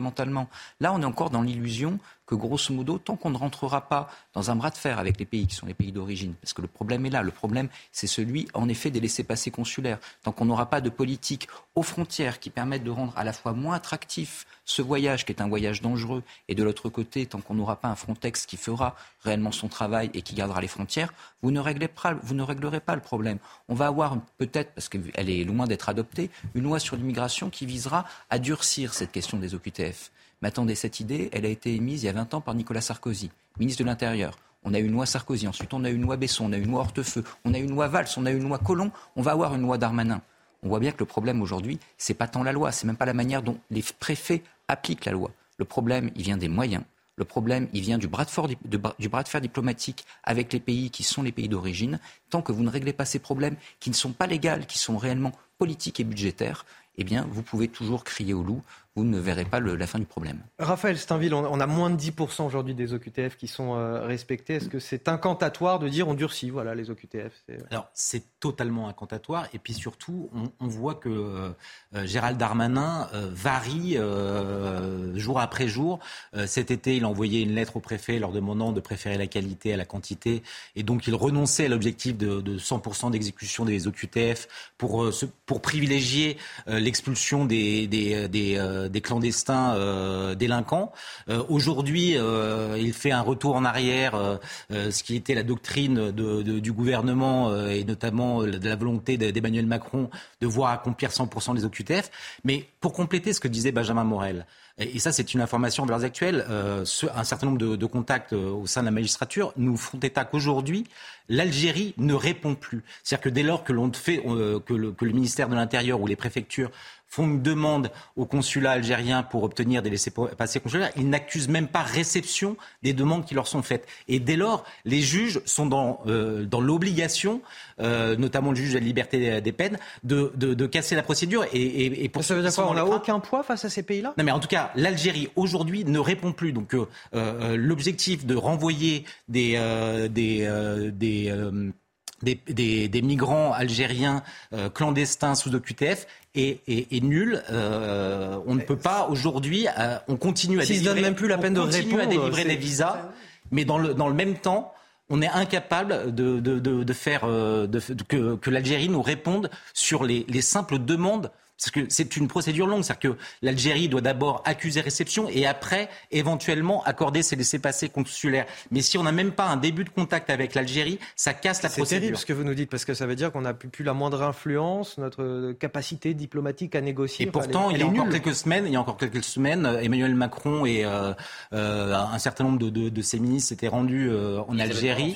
Là, on est encore dans l'illusion que, grosso modo, tant qu'on ne rentrera pas dans un bras de fer avec les pays qui sont les pays d'origine, parce que le problème est là, le problème, c'est celui, en effet, des laissez-passer consulaires. Tant qu'on n'aura pas de politique aux frontières qui permettent de rendre à la fois moins attractif ce voyage, qui est un voyage dangereux, et de l'autre côté, tant qu'on n'aura pas un Frontex qui fera réellement son travail et qui gardera les frontières, vous ne réglerez pas, vous ne réglerez pas le problème. On va avoir peut-être, parce qu'elle est loin d'être adoptée, une loi sur l'immigration qui visera à durcir cette question des O Q T F. Mais attendez, cette idée, elle a été émise il y a vingt ans par Nicolas Sarkozy, ministre de l'Intérieur. On a eu une loi Sarkozy, ensuite on a eu une loi Besson, on a eu une loi Hortefeux, on a eu une loi Valls, on a eu une loi Collomb, on va avoir une loi Darmanin. On voit bien que le problème aujourd'hui, c'est pas tant la loi, c'est même pas la manière dont les préfets appliquent la loi. Le problème, il vient des moyens. Le problème, il vient du bras de, fer, de, du bras de fer diplomatique avec les pays qui sont les pays d'origine. Tant que vous ne réglez pas ces problèmes qui ne sont pas légaux, qui sont réellement politiques et budgétaires, eh bien, vous pouvez toujours crier au loup. Vous ne verrez pas le, la fin du problème. Raphaël Steinville, on a moins de dix pour cent aujourd'hui des O Q T F qui sont euh, respectés. Est-ce que c'est incantatoire de dire on durcit voilà, les O Q T F c'est... Alors, c'est totalement incantatoire. Et puis surtout, on, on voit que euh, Gérald Darmanin euh, varie euh, jour après jour. Euh, cet été, il a envoyé une lettre au préfet leur demandant de préférer la qualité à la quantité. Et donc, il renonçait à l'objectif de, de cent pour cent d'exécution des O Q T F pour, euh, pour privilégier euh, l'expulsion des... des, des euh, des clandestins euh, délinquants. Euh, aujourd'hui, euh, il fait un retour en arrière, euh, euh, ce qui était la doctrine de, de, du gouvernement euh, et notamment de la volonté d'Emmanuel Macron de voir accomplir cent pour cent des O Q T F. Mais pour compléter ce que disait Benjamin Morel, et ça c'est une information de l'heure actuelle, euh, ce, un certain nombre de, de contacts euh, au sein de la magistrature nous font état qu'aujourd'hui, l'Algérie ne répond plus. C'est-à-dire que dès lors que l'on fait, euh, que, le, que le ministère de l'Intérieur ou les préfectures font une demande au consulat algérien pour obtenir des laissez-passer consulaires, ils n'accusent même pas réception des demandes qui leur sont faites. Et dès lors, les juges sont dans, euh, dans l'obligation, euh, notamment le juge de la liberté des peines, de, de, de casser la procédure. Et, et, et pour ça veut dire quoi ? On n'a aucun poids face à ces pays-là ? Non, mais en tout cas, l'Algérie aujourd'hui ne répond plus. Donc euh, euh, l'objectif de renvoyer des euh, des euh, des, euh, des, des des migrants algériens euh, clandestins sous O Q T F est, est, est nul. Euh, on ne peut pas aujourd'hui. Euh, on continue à S'ils délivrer. Se donnent même plus la peine de répondre. À délivrer des visas, mais dans le dans le même temps, on est incapable de de de, de faire euh, de, de, que que l'Algérie nous réponde sur les les simples demandes. Parce que c'est une procédure longue, c'est-à-dire que l'Algérie doit d'abord accuser réception et après, éventuellement, accorder ses laissez-passer consulaires. Mais si on n'a même pas un début de contact avec l'Algérie, ça casse la c'est procédure. C'est terrible ce que vous nous dites, parce que ça veut dire qu'on n'a plus, plus la moindre influence, notre capacité diplomatique à négocier. Et pourtant, elle est, il, y a encore quelques semaines, il y a encore quelques semaines, Emmanuel Macron et euh, euh, un certain nombre de, de, de ses ministres s'étaient rendus euh, en Algérie.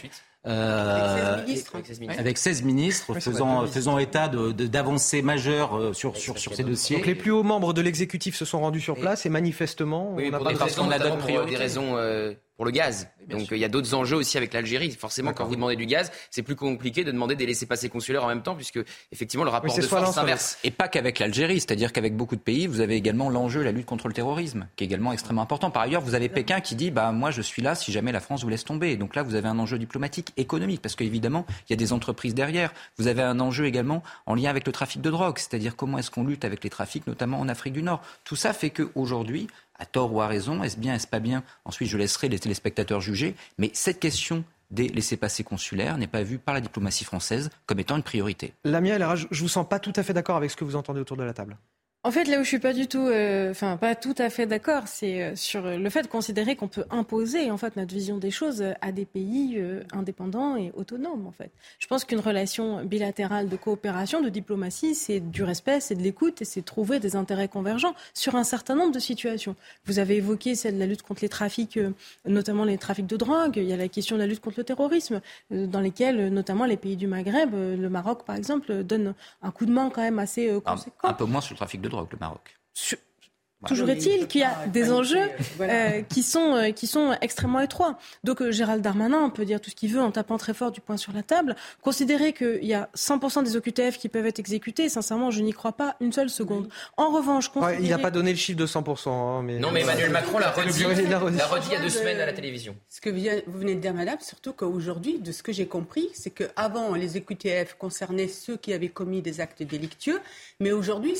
Euh, avec, seize ministres, avec seize ministres, oui, faisant, faisant état de, de, d'avancées majeures euh, sur, sur, sur ces dossiers. Donc les plus hauts membres de l'exécutif se sont rendus sur place et, et manifestement, oui, on n'a pas des parce qu'on adopte pour des raisons euh, pour le gaz. Donc il y a d'autres enjeux aussi avec l'Algérie. Forcément, D'accord. quand vous demandez du gaz, c'est plus compliqué de demander des laissez-passer consulaires en même temps, puisque effectivement le rapport oui, de force s'inverse. Et pas qu'avec l'Algérie, c'est-à-dire qu'avec beaucoup de pays, vous avez également l'enjeu, la lutte contre le terrorisme, qui est également extrêmement important. Par ailleurs, vous avez Pékin qui dit, bah moi je suis là si jamais la France vous laisse tomber. Donc là, vous avez un enjeu diplomatique, économique, parce qu'évidemment, il y a des entreprises derrière. Vous avez un enjeu également en lien avec le trafic de drogue, c'est-à-dire comment est-ce qu'on lutte avec les trafics, notamment en Afrique du Nord. Tout ça fait qu'aujourd'hui, à tort ou à raison, est-ce bien, est-ce pas bien ? Ensuite, je laisserai les téléspectateurs juger. Mais cette question des laissez-passer consulaires n'est pas vue par la diplomatie française comme étant une priorité. Lamia El Harraj, je vous sens pas tout à fait d'accord avec ce que vous entendez autour de la table. En fait, là où je suis pas du tout, euh, enfin pas tout à fait d'accord, c'est euh, sur le fait de considérer qu'on peut imposer en fait notre vision des choses à des pays euh, indépendants et autonomes. En fait, je pense qu'une relation bilatérale de coopération, de diplomatie, c'est du respect, c'est de l'écoute et c'est trouver des intérêts convergents sur un certain nombre de situations. Vous avez évoqué celle de la lutte contre les trafics, euh, notamment les trafics de drogue. Il y a la question de la lutte contre le terrorisme, euh, dans lesquels euh, notamment les pays du Maghreb, euh, le Maroc par exemple, donne un coup de main quand même assez euh, conséquent. Un, un peu moins sur le trafic de drogue. Le Maroc. Sur... Toujours est-il qu'il y a des enjeux euh, qui sont euh, qui sont extrêmement étroits. Donc euh, Gérald Darmanin peut dire tout ce qu'il veut en tapant très fort du poing sur la table. Considérer qu'il y a cent pour cent des O Q T F qui peuvent être exécutés, sincèrement, je n'y crois pas une seule seconde. En revanche, considérer... ouais, il n'a pas donné le chiffre de cent pour cent. Hein, mais... Non, mais Emmanuel Macron l'a redit, l'a redit il y a deux semaines à la télévision. Ce que vous venez de dire, madame, surtout qu'aujourd'hui, de ce que j'ai compris, c'est qu'avant, les O Q T F concernaient ceux qui avaient commis des actes délictueux, mais aujourd'hui, c'est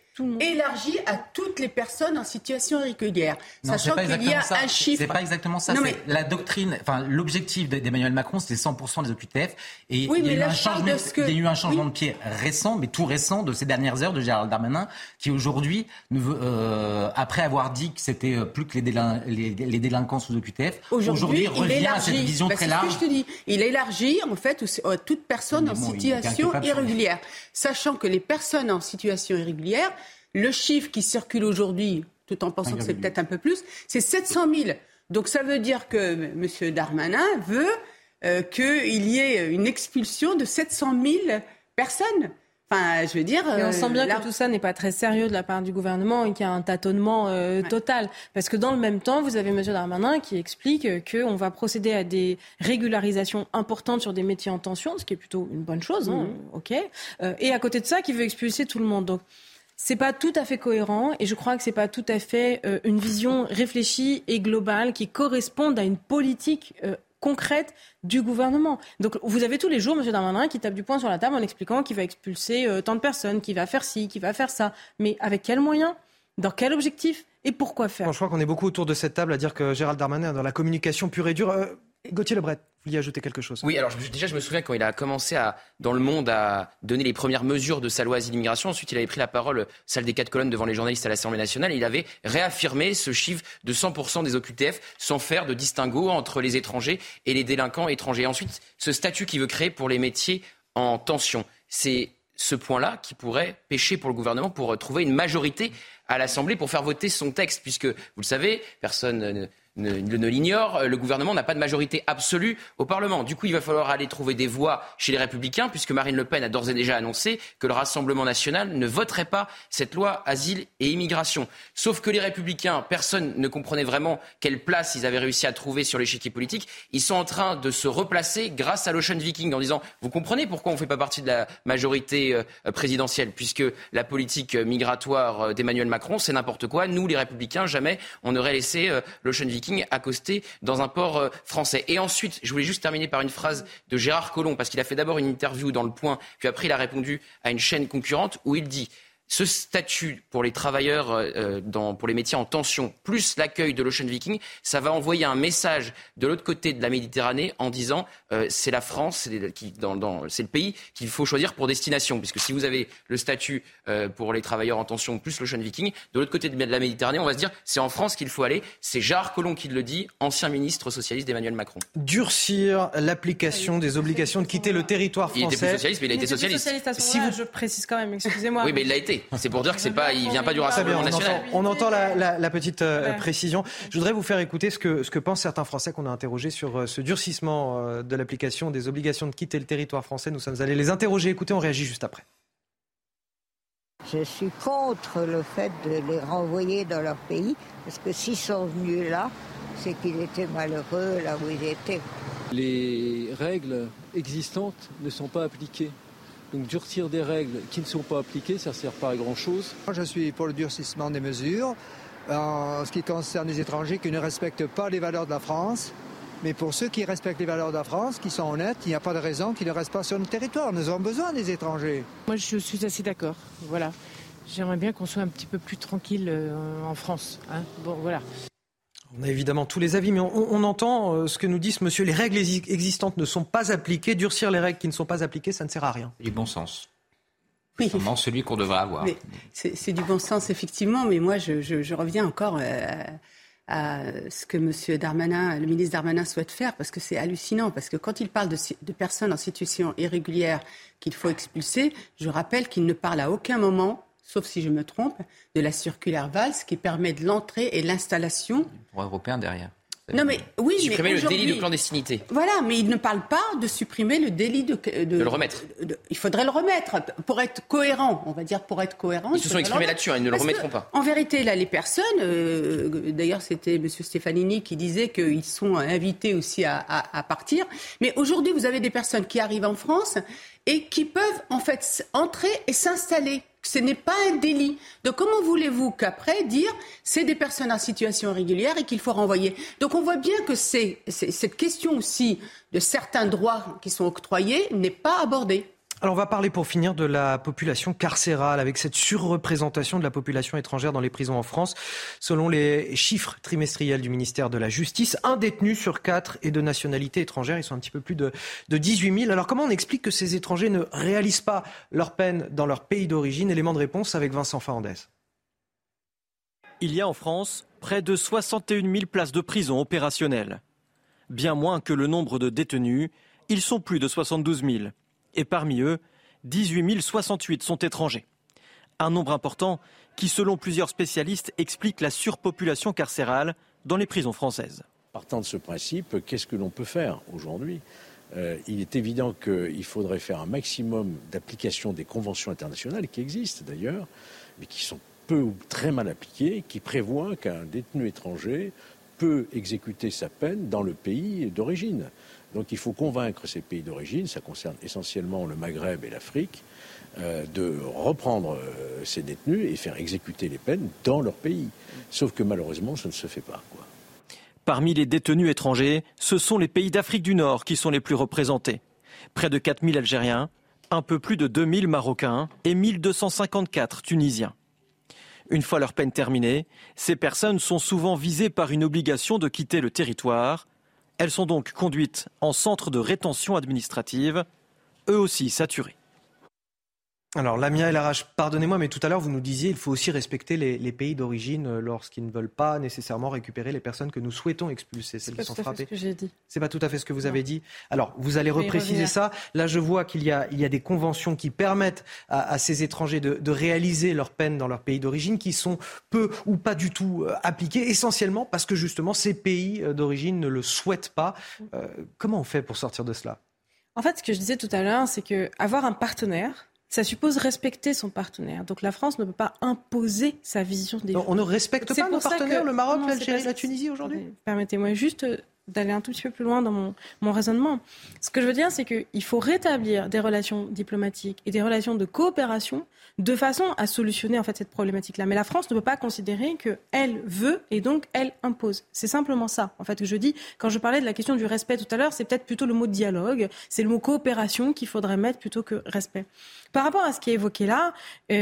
élargi à toutes les personnes en situation irrégulière, non, sachant qu'il y a ça. un chiffre. C'est pas exactement ça. Non, mais... La doctrine, enfin l'objectif d'Emmanuel Macron, c'était cent pour cent des O Q T F. Et oui, il, y a eu un changement, que... il y a eu un changement oui. de pied récent, mais tout récent de ces dernières heures de Gérald Darmanin, qui aujourd'hui, euh, après avoir dit que c'était plus que les, délin... les, les délinquants sous O Q T F, aujourd'hui, aujourd'hui revient élargi, à cette vision bah, très large. C'est ce que je te dis. Il élargit en fait à toute personne mais en bon, situation irrégulière, sachant que les personnes en situation irrégulière, le chiffre qui circule aujourd'hui, tout en pensant que c'est peut-être un peu plus, c'est sept cent mille. Donc ça veut dire que M. Darmanin veut euh, qu'il y ait une expulsion de sept cent mille personnes. Enfin, je veux dire... Et on sent bien là... que tout ça n'est pas très sérieux de la part du gouvernement et qu'il y a un tâtonnement euh, ouais. total. Parce que dans le même temps, vous avez M. Darmanin qui explique qu'on va procéder à des régularisations importantes sur des métiers en tension, ce qui est plutôt une bonne chose, mmh. hein, ok. Euh, et à côté de ça, qui veut expulser tout le monde. Donc, c'est pas tout à fait cohérent et je crois que c'est pas tout à fait euh, une vision réfléchie et globale qui corresponde à une politique euh, concrète du gouvernement. Donc vous avez tous les jours M. Darmanin qui tape du poing sur la table en expliquant qu'il va expulser euh, tant de personnes, qu'il va faire ci, qu'il va faire ça. Mais avec quels moyens ? Dans quel objectif ? Et pourquoi faire ? Bon, je crois qu'on est beaucoup autour de cette table à dire que Gérald Darmanin est dans la communication pure et dure. Euh, Gauthier Lebret, vous vouliez ajouter quelque chose ? Oui, alors déjà je me souviens quand il a commencé à, dans le monde à donner les premières mesures de sa loi asile immigration, ensuite il avait pris la parole, salle des quatre colonnes devant les journalistes à l'Assemblée nationale, et il avait réaffirmé ce chiffre de cent pour cent des O Q T F sans faire de distinguo entre les étrangers et les délinquants étrangers. Et ensuite, ce statut qu'il veut créer pour les métiers en tension, c'est ce point-là qui pourrait pêcher pour le gouvernement pour trouver une majorité à l'Assemblée pour faire voter son texte, puisque, vous le savez, personne ne... Ne, ne l'ignore, le gouvernement n'a pas de majorité absolue au Parlement. Du coup, il va falloir aller trouver des voix chez les Républicains, puisque Marine Le Pen a d'ores et déjà annoncé que le Rassemblement national ne voterait pas cette loi asile et immigration. Sauf que les Républicains, personne ne comprenait vraiment quelle place ils avaient réussi à trouver sur l'échiquier politique. Ils sont en train de se replacer grâce à l'Ocean Viking en disant « Vous comprenez pourquoi on ne fait pas partie de la majorité euh, présidentielle, puisque la politique migratoire d'Emmanuel Macron, c'est n'importe quoi. Nous, les Républicains, jamais on n'aurait laissé euh, l'Ocean Viking accosté dans un port euh, français. » Et ensuite, je voulais juste terminer par une phrase de Gérard Collomb, parce qu'il a fait d'abord une interview dans Le Point, puis après il a répondu à une chaîne concurrente où il dit « Ce statut pour les travailleurs, euh, dans, pour les métiers en tension, plus l'accueil de l'Ocean Viking, ça va envoyer un message de l'autre côté de la Méditerranée en disant euh, c'est la France, c'est, qui, dans, dans, c'est le pays qu'il faut choisir pour destination. Puisque si vous avez le statut euh, pour les travailleurs en tension plus l'Ocean Viking, de l'autre côté de la Méditerranée, on va se dire c'est en France qu'il faut aller. C'est Gérard Collomb qui le dit, ancien ministre socialiste d'Emmanuel Macron. Durcir l'application des obligations de quitter le territoire français. Il était plus socialiste, mais il a il été socialiste. socialiste à ce si vous... Je précise quand même, excusez-moi. Oui, mais il l'a été. C'est pour dire que c'est pas, il vient pas du Rassemblement national. On entend, on entend la, la, la petite euh, précision. Je voudrais vous faire écouter ce que, ce que pensent certains Français qu'on a interrogés sur euh, ce durcissement euh, de l'application des obligations de quitter le territoire français. Nous sommes allés les interroger. Écoutez, on réagit juste après. Je suis contre le fait de les renvoyer dans leur pays, parce que s'ils sont venus là, c'est qu'ils étaient malheureux là où ils étaient. Les règles existantes ne sont pas appliquées. Donc durcir des règles qui ne sont pas appliquées, ça ne sert pas à grand-chose. Moi, je suis pour le durcissement des mesures en ce qui concerne les étrangers qui ne respectent pas les valeurs de la France. Mais pour ceux qui respectent les valeurs de la France, qui sont honnêtes, il n'y a pas de raison qu'ils ne restent pas sur notre territoire. Nous avons besoin des étrangers. Moi, je suis assez d'accord. Voilà. J'aimerais bien qu'on soit un petit peu plus tranquille euh, en France. Hein. Bon, voilà. On a évidemment tous les avis, mais on, on entend euh, ce que nous dit ce monsieur. Les règles existantes ne sont pas appliquées. Durcir les règles qui ne sont pas appliquées, ça ne sert à rien. Du bon sens. Oui. Vraiment celui qu'on devrait avoir. Mais c'est, c'est du bon sens, effectivement, mais moi, je, je, je reviens encore euh, à ce que M. Darmanin, le ministre Darmanin souhaite faire, parce que c'est hallucinant. Parce que quand il parle de, de personnes en situation irrégulière qu'il faut expulser, je rappelle qu'il ne parle à aucun moment, sauf si je me trompe, de la circulaire Valls qui permet de l'entrée et l'installation. Le droit européen derrière. Non mais oui, supprimer mais le délit de clandestinité. Voilà, mais il ne parle pas de supprimer le délit de... De, de le remettre. De, de, il faudrait le remettre pour être cohérent, on va dire pour être cohérent. Ils se sont exprimés là-dessus, hein, ils ne le remettront que, pas. En vérité, là, les personnes, euh, d'ailleurs c'était M. Stefanini qui disait qu'ils sont invités aussi à, à, à partir, mais aujourd'hui vous avez des personnes qui arrivent en France et qui peuvent en fait entrer et s'installer. Ce n'est pas un délit. Donc comment voulez-vous qu'après dire c'est des personnes en situation irrégulière et qu'il faut renvoyer ? Donc on voit bien que c'est, c'est, cette question aussi de certains droits qui sont octroyés n'est pas abordée. Alors on va parler pour finir de la population carcérale avec cette surreprésentation de la population étrangère dans les prisons en France. Selon les chiffres trimestriels du ministère de la Justice, un détenu sur quatre est de nationalité étrangère. Ils sont un petit peu plus de, de dix-huit mille. Alors comment on explique que ces étrangers ne réalisent pas leur peine dans leur pays d'origine? Élément de réponse avec Vincent Fahandès. Il y a en France près de soixante et une mille places de prison opérationnelles. Bien moins que le nombre de détenus, ils sont plus de soixante-douze mille. Et parmi eux, dix-huit mille soixante-huit sont étrangers. Un nombre important qui, selon plusieurs spécialistes, explique la surpopulation carcérale dans les prisons françaises. Partant de ce principe, qu'est-ce que l'on peut faire aujourd'hui ? euh, Il est évident qu'il faudrait faire un maximum d'application des conventions internationales qui existent d'ailleurs, mais qui sont peu ou très mal appliquées, qui prévoient qu'un détenu étranger peut exécuter sa peine dans le pays d'origine. Donc il faut convaincre ces pays d'origine, ça concerne essentiellement le Maghreb et l'Afrique, euh, de reprendre euh, ces détenus et faire exécuter les peines dans leur pays. Sauf que malheureusement, ça ne se fait pas, quoi. Parmi les détenus étrangers, ce sont les pays d'Afrique du Nord qui sont les plus représentés. Près de quatre mille Algériens, un peu plus de deux mille Marocains et mille deux cent cinquante-quatre Tunisiens. Une fois leur peine terminée, ces personnes sont souvent visées par une obligation de quitter le territoire. Elles sont donc conduites en centre de rétention administrative, eux aussi saturés. Alors Lamia El Harrach, pardonnez-moi, mais tout à l'heure vous nous disiez qu'il faut aussi respecter les, les pays d'origine lorsqu'ils ne veulent pas nécessairement récupérer les personnes que nous souhaitons expulser, celles qui sont frappées. C'est pas tout à fait ce que j'ai dit. C'est pas tout à fait ce que vous avez dit. Alors vous allez Je vais repréciser ça. Là je vois qu'il y a, il y a des conventions qui permettent à, à ces étrangers de, de réaliser leur peine dans leur pays d'origine, qui sont peu ou pas du tout euh, appliquées, essentiellement parce que justement ces pays euh, d'origine ne le souhaitent pas. Euh, comment on fait pour sortir de cela ? En fait, ce que je disais tout à l'heure, c'est qu'avoir un partenaire, ça suppose respecter son partenaire. Donc la France ne peut pas imposer sa vision des choses. On ne respecte pas nos partenaires, que... le Maroc, non, l'Algérie, pas... la Tunisie aujourd'hui ? Permettez-moi juste d'aller un tout petit peu plus loin dans mon, mon raisonnement. Ce que je veux dire, c'est qu'il faut rétablir des relations diplomatiques et des relations de coopération de façon à solutionner en fait cette problématique-là. Mais la France ne peut pas considérer qu'elle veut et donc elle impose. C'est simplement ça, en fait, que je dis. Quand je parlais de la question du respect tout à l'heure, c'est peut-être plutôt le mot dialogue, c'est le mot coopération qu'il faudrait mettre plutôt que respect. Par rapport à ce qui est évoqué là,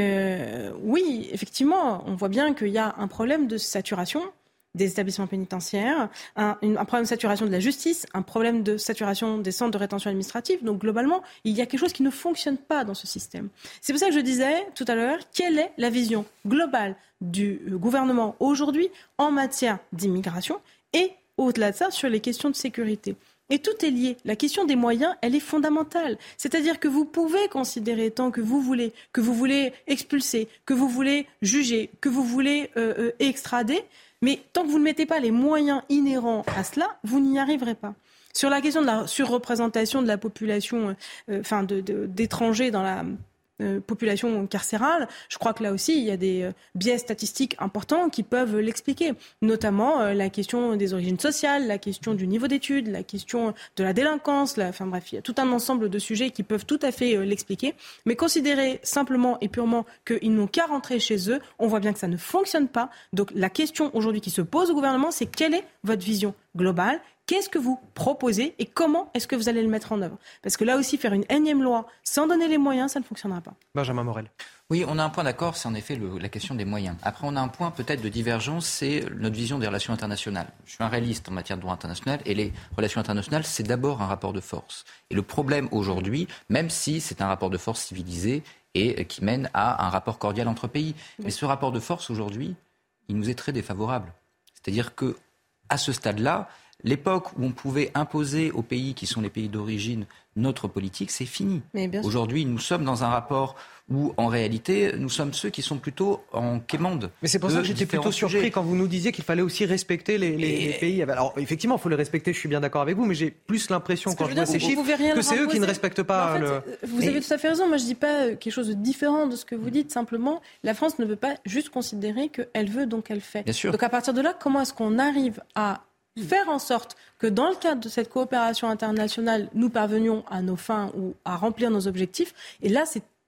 euh, oui, effectivement, on voit bien qu'il y a un problème de saturation des établissements pénitentiaires, un, une, un problème de saturation de la justice, un problème de saturation des centres de rétention administrative. Donc globalement, il y a quelque chose qui ne fonctionne pas dans ce système. C'est pour ça que je disais tout à l'heure, quelle est la vision globale du gouvernement aujourd'hui en matière d'immigration et au-delà de ça sur les questions de sécurité. Et tout est lié. La question des moyens, elle est fondamentale. C'est-à-dire que vous pouvez considérer tant que vous voulez, que vous voulez expulser, que vous voulez juger, que vous voulez euh, euh, extrader, mais tant que vous ne mettez pas les moyens inhérents à cela, vous n'y arriverez pas. Sur la question de la surreprésentation de la population, euh, enfin de, de, d'étrangers dans la euh, population carcérale, je crois que là aussi il y a des euh, biais statistiques importants qui peuvent l'expliquer, notamment euh, la question des origines sociales, la question du niveau d'études, la question de la délinquance, la, enfin bref, il y a tout un ensemble de sujets qui peuvent tout à fait euh, l'expliquer, mais considérer simplement et purement qu'ils n'ont qu'à rentrer chez eux, on voit bien que ça ne fonctionne pas. Donc la question aujourd'hui qui se pose au gouvernement, c'est quelle est votre vision globale ? Qu'est-ce que vous proposez et comment est-ce que vous allez le mettre en œuvre ? Parce que là aussi, faire une énième loi sans donner les moyens, ça ne fonctionnera pas. Benjamin Morel. Oui, on a un point d'accord, c'est en effet le, la question des moyens. Après, on a un point peut-être de divergence, c'est notre vision des relations internationales. Je suis un réaliste en matière de droit international et les relations internationales, c'est d'abord un rapport de force. Et le problème aujourd'hui, même si c'est un rapport de force civilisé et qui mène à un rapport cordial entre pays, oui. Mais ce rapport de force aujourd'hui, il nous est très défavorable. C'est-à-dire que à ce stade-là, l'époque où on pouvait imposer aux pays qui sont les pays d'origine notre politique, c'est fini. Aujourd'hui, nous sommes dans un rapport où, en réalité, nous sommes ceux qui sont plutôt en quémande. Mais c'est pour ça que j'étais plutôt surpris sujets. Quand vous nous disiez qu'il fallait aussi respecter les, les, Et... les pays. Alors, effectivement, il faut les respecter, je suis bien d'accord avec vous, mais j'ai plus l'impression, quand je, je vois ces chiffres, que c'est eux qui ne respectent pas. En fait, le... Vous avez tout à fait raison. Moi, je ne dis pas quelque chose de différent de ce que vous dites. Simplement, la France ne veut pas juste considérer qu'elle veut, donc elle fait. Bien sûr. Donc, à partir de là, comment est-ce qu'on arrive à faire en sorte que dans le cadre de cette coopération internationale, nous parvenions à nos fins ou à remplir nos objectifs. Et là, c'est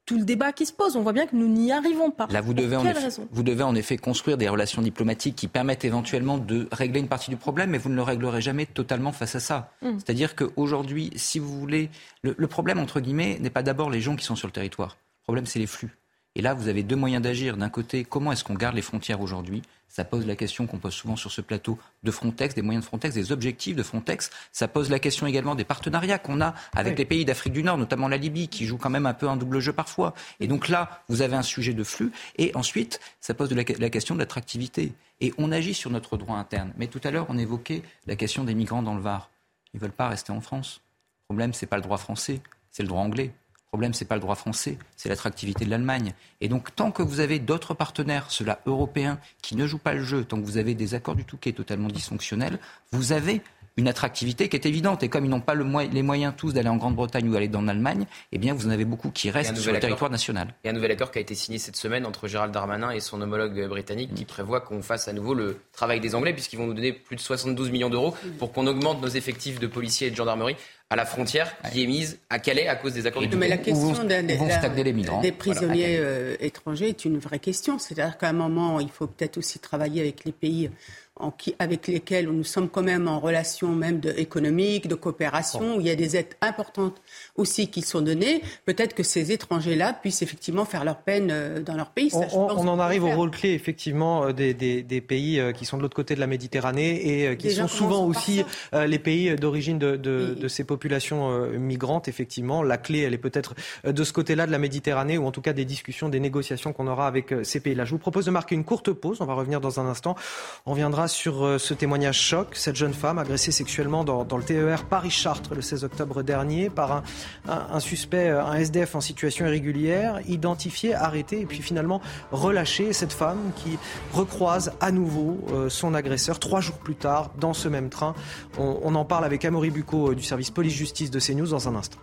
tout le débat qui se pose. On voit bien que nous n'y arrivons pas. Là, vous devez, en effet, raison vous devez en effet construire des relations diplomatiques qui permettent éventuellement de régler une partie du problème, mais vous ne le réglerez jamais totalement face à ça. Mmh. C'est-à-dire qu'aujourd'hui, si vous voulez, le, le problème, entre guillemets, n'est pas d'abord les gens qui sont sur le territoire. Le problème, c'est les flux. Et là, vous avez deux moyens d'agir. D'un côté, comment est-ce qu'on garde les frontières aujourd'hui ? Ça pose la question qu'on pose souvent sur ce plateau de Frontex, des moyens de Frontex, des objectifs de Frontex. Ça pose la question également des partenariats qu'on a avec oui. les pays d'Afrique du Nord, notamment la Libye, qui joue quand même un peu un double jeu parfois. Et donc là, vous avez un sujet de flux. Et ensuite, ça pose de la, la question de l'attractivité. Et on agit sur notre droit interne. Mais tout à l'heure, on évoquait la question des migrants dans le Var. Ils ne veulent pas rester en France. Le problème, ce n'est pas le droit français, c'est le droit anglais. Le problème, ce n'est pas le droit français, c'est l'attractivité de l'Allemagne. Et donc, tant que vous avez d'autres partenaires, ceux-là européens, qui ne jouent pas le jeu, tant que vous avez des accords du Touquet totalement dysfonctionnels, vous avez une attractivité qui est évidente. Et comme ils n'ont pas le mo- les moyens tous d'aller en Grande-Bretagne ou d'aller dans l'Allemagne, eh bien, vous en avez beaucoup qui restent sur le accord, territoire national. Et un nouvel accord qui a été signé cette semaine entre Gérald Darmanin et son homologue britannique, mmh. qui prévoit qu'on fasse à nouveau le travail des Anglais, puisqu'ils vont nous donner plus de soixante-douze millions d'euros pour qu'on augmente nos effectifs de policiers et de gendarmerie à la frontière qui est mise à Calais à cause des accords du Touquet. Mais la question vont, des, des, des, migrants. des prisonniers voilà, euh, étrangers est une vraie question. C'est-à-dire qu'à un moment, il faut peut-être aussi travailler avec les pays en qui, avec lesquels nous sommes quand même en relation même de, économique, de coopération, bon. où il y a des aides importantes aussi qui sont données. Peut-être que ces étrangers-là puissent effectivement faire leur peine euh, dans leur pays. Ça, on on, on en arrive au rôle clé, effectivement, des, des, des pays euh, qui sont de l'autre côté de la Méditerranée et euh, qui des sont souvent aussi euh, les pays d'origine de, de, oui. de ces populations euh, migrantes. Effectivement, la clé, elle est peut-être de ce côté-là de la Méditerranée, ou en tout cas des discussions, des négociations qu'on aura avec euh, ces pays-là. Je vous propose de marquer une courte pause. On va revenir dans un instant. On reviendra sur euh, ce témoignage choc. Cette jeune femme agressée sexuellement dans, dans le T E R Paris-Chartres le seize octobre dernier par un, un, un suspect, un S D F en situation irrégulière, identifié, arrêté et puis finalement relâché. Cette femme qui recroise à nouveau euh, son agresseur trois jours plus tard dans ce même train. On, on en parle avec Amaury Bucco euh, du service police-justice de CNews dans un instant.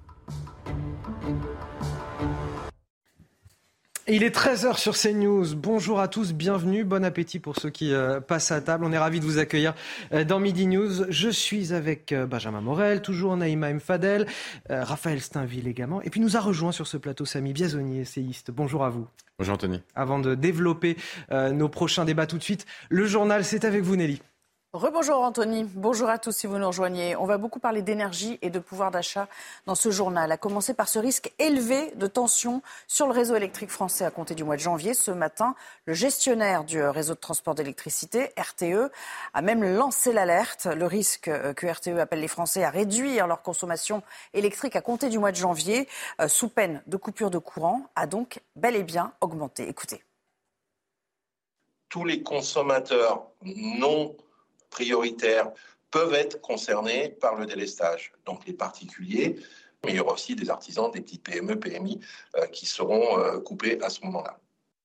Il est treize heures sur CNews. Bonjour à tous, bienvenue, bon appétit pour ceux qui euh, passent à table. On est ravis de vous accueillir euh, dans Midi News. Je suis avec euh, Benjamin Morel, toujours Naïma M. Fadel, euh, Raphaël Steinville également. Et puis nous a rejoint sur ce plateau Samy Biazoni, essayiste. Bonjour à vous. Bonjour Anthony. Avant de développer euh, nos prochains débats tout de suite, le journal, c'est avec vous Nelly. Rebonjour Anthony, bonjour à tous si vous nous rejoignez. On va beaucoup parler d'énergie et de pouvoir d'achat dans ce journal, à commencer par ce risque élevé de tension sur le réseau électrique français à compter du mois de janvier. Ce matin, le gestionnaire du réseau de transport d'électricité, R T E, a même lancé l'alerte. Le risque que R T E appelle les Français à réduire leur consommation électrique à compter du mois de janvier, sous peine de coupure de courant, a donc bel et bien augmenté. Écoutez. Tous les consommateurs non prioritaires peuvent être concernés par le délestage. Donc les particuliers, mais il y aura aussi des artisans, des petites P M E, P M I euh, qui seront euh, coupés à ce moment-là.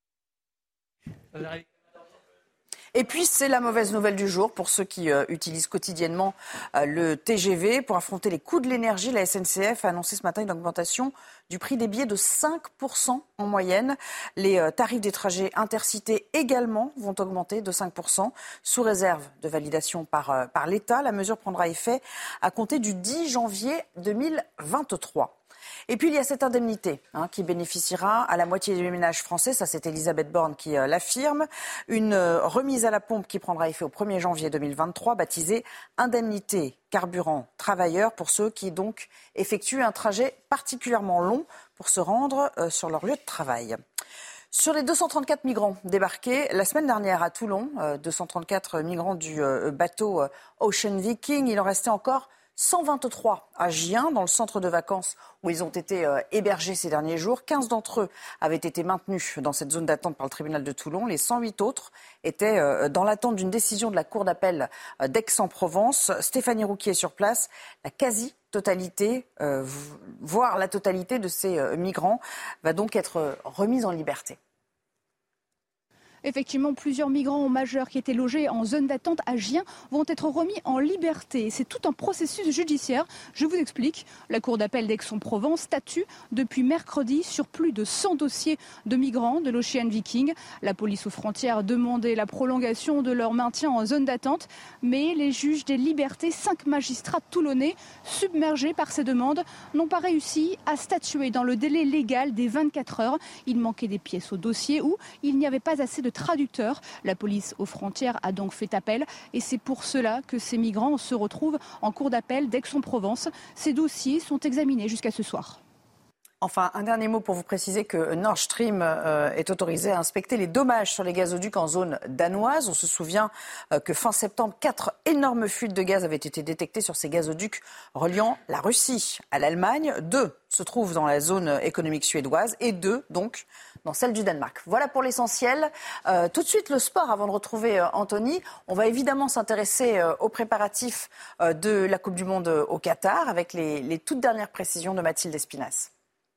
Et puis, c'est la mauvaise nouvelle du jour pour ceux qui euh, utilisent quotidiennement euh, le T G V. Pour affronter les coûts de l'énergie, la S N C F a annoncé ce matin une augmentation du prix des billets de cinq pour cent en moyenne. Les euh, tarifs des trajets intercités également vont augmenter de cinq pour cent sous réserve de validation par, euh, par l'État. La mesure prendra effet à compter du dix janvier deux mille vingt-trois. Et puis il y a cette indemnité hein, qui bénéficiera à la moitié des ménages français, ça c'est Elisabeth Borne qui euh, l'affirme, une euh, remise à la pompe qui prendra effet au premier janvier deux mille vingt-trois, baptisée indemnité carburant travailleur pour ceux qui donc effectuent un trajet particulièrement long pour se rendre euh, sur leur lieu de travail. Sur les deux cent trente-quatre migrants débarqués la semaine dernière à Toulon, euh, deux cent trente-quatre migrants du euh, bateau euh, Ocean Viking, il en restait encore cent vingt-trois à Gien, dans le centre de vacances où ils ont été euh, hébergés ces derniers jours. quinze d'entre eux avaient été maintenus dans cette zone d'attente par le tribunal de Toulon. Les cent huit autres étaient euh, dans l'attente d'une décision de la cour d'appel euh, d'Aix-en-Provence. Stéphanie Rouquier est sur place. La quasi-totalité, euh, voire la totalité de ces euh, migrants va donc être euh, remise en liberté. Effectivement, plusieurs migrants majeurs qui étaient logés en zone d'attente à Gien vont être remis en liberté. C'est tout un processus judiciaire. Je vous explique. La Cour d'appel d'Aix-en-Provence statue depuis mercredi sur plus de cent dossiers de migrants de l'Ocean Viking. La police aux frontières demandait la prolongation de leur maintien en zone d'attente. Mais les juges des libertés, cinq magistrats toulonnais, submergés par ces demandes, n'ont pas réussi à statuer dans le délai légal des vingt-quatre heures. Il manquait des pièces au dossier ou il n'y avait pas assez de traducteurs. La police aux frontières a donc fait appel et c'est pour cela que ces migrants se retrouvent en cour d'appel d'Aix-en-Provence. Ces dossiers sont examinés jusqu'à ce soir. Enfin, un dernier mot pour vous préciser que Nord Stream euh, est autorisé à inspecter les dommages sur les gazoducs en zone danoise. On se souvient euh, que fin septembre, quatre énormes fuites de gaz avaient été détectées sur ces gazoducs reliant la Russie à l'Allemagne. Deux se trouvent dans la zone économique suédoise et deux, donc, dans celle du Danemark. Voilà pour l'essentiel. Euh, tout de suite, le sport, avant de retrouver euh, Anthony. On va évidemment s'intéresser euh, aux préparatifs euh, de la Coupe du Monde euh, au Qatar avec les, les toutes dernières précisions de Mathilde Espinasse.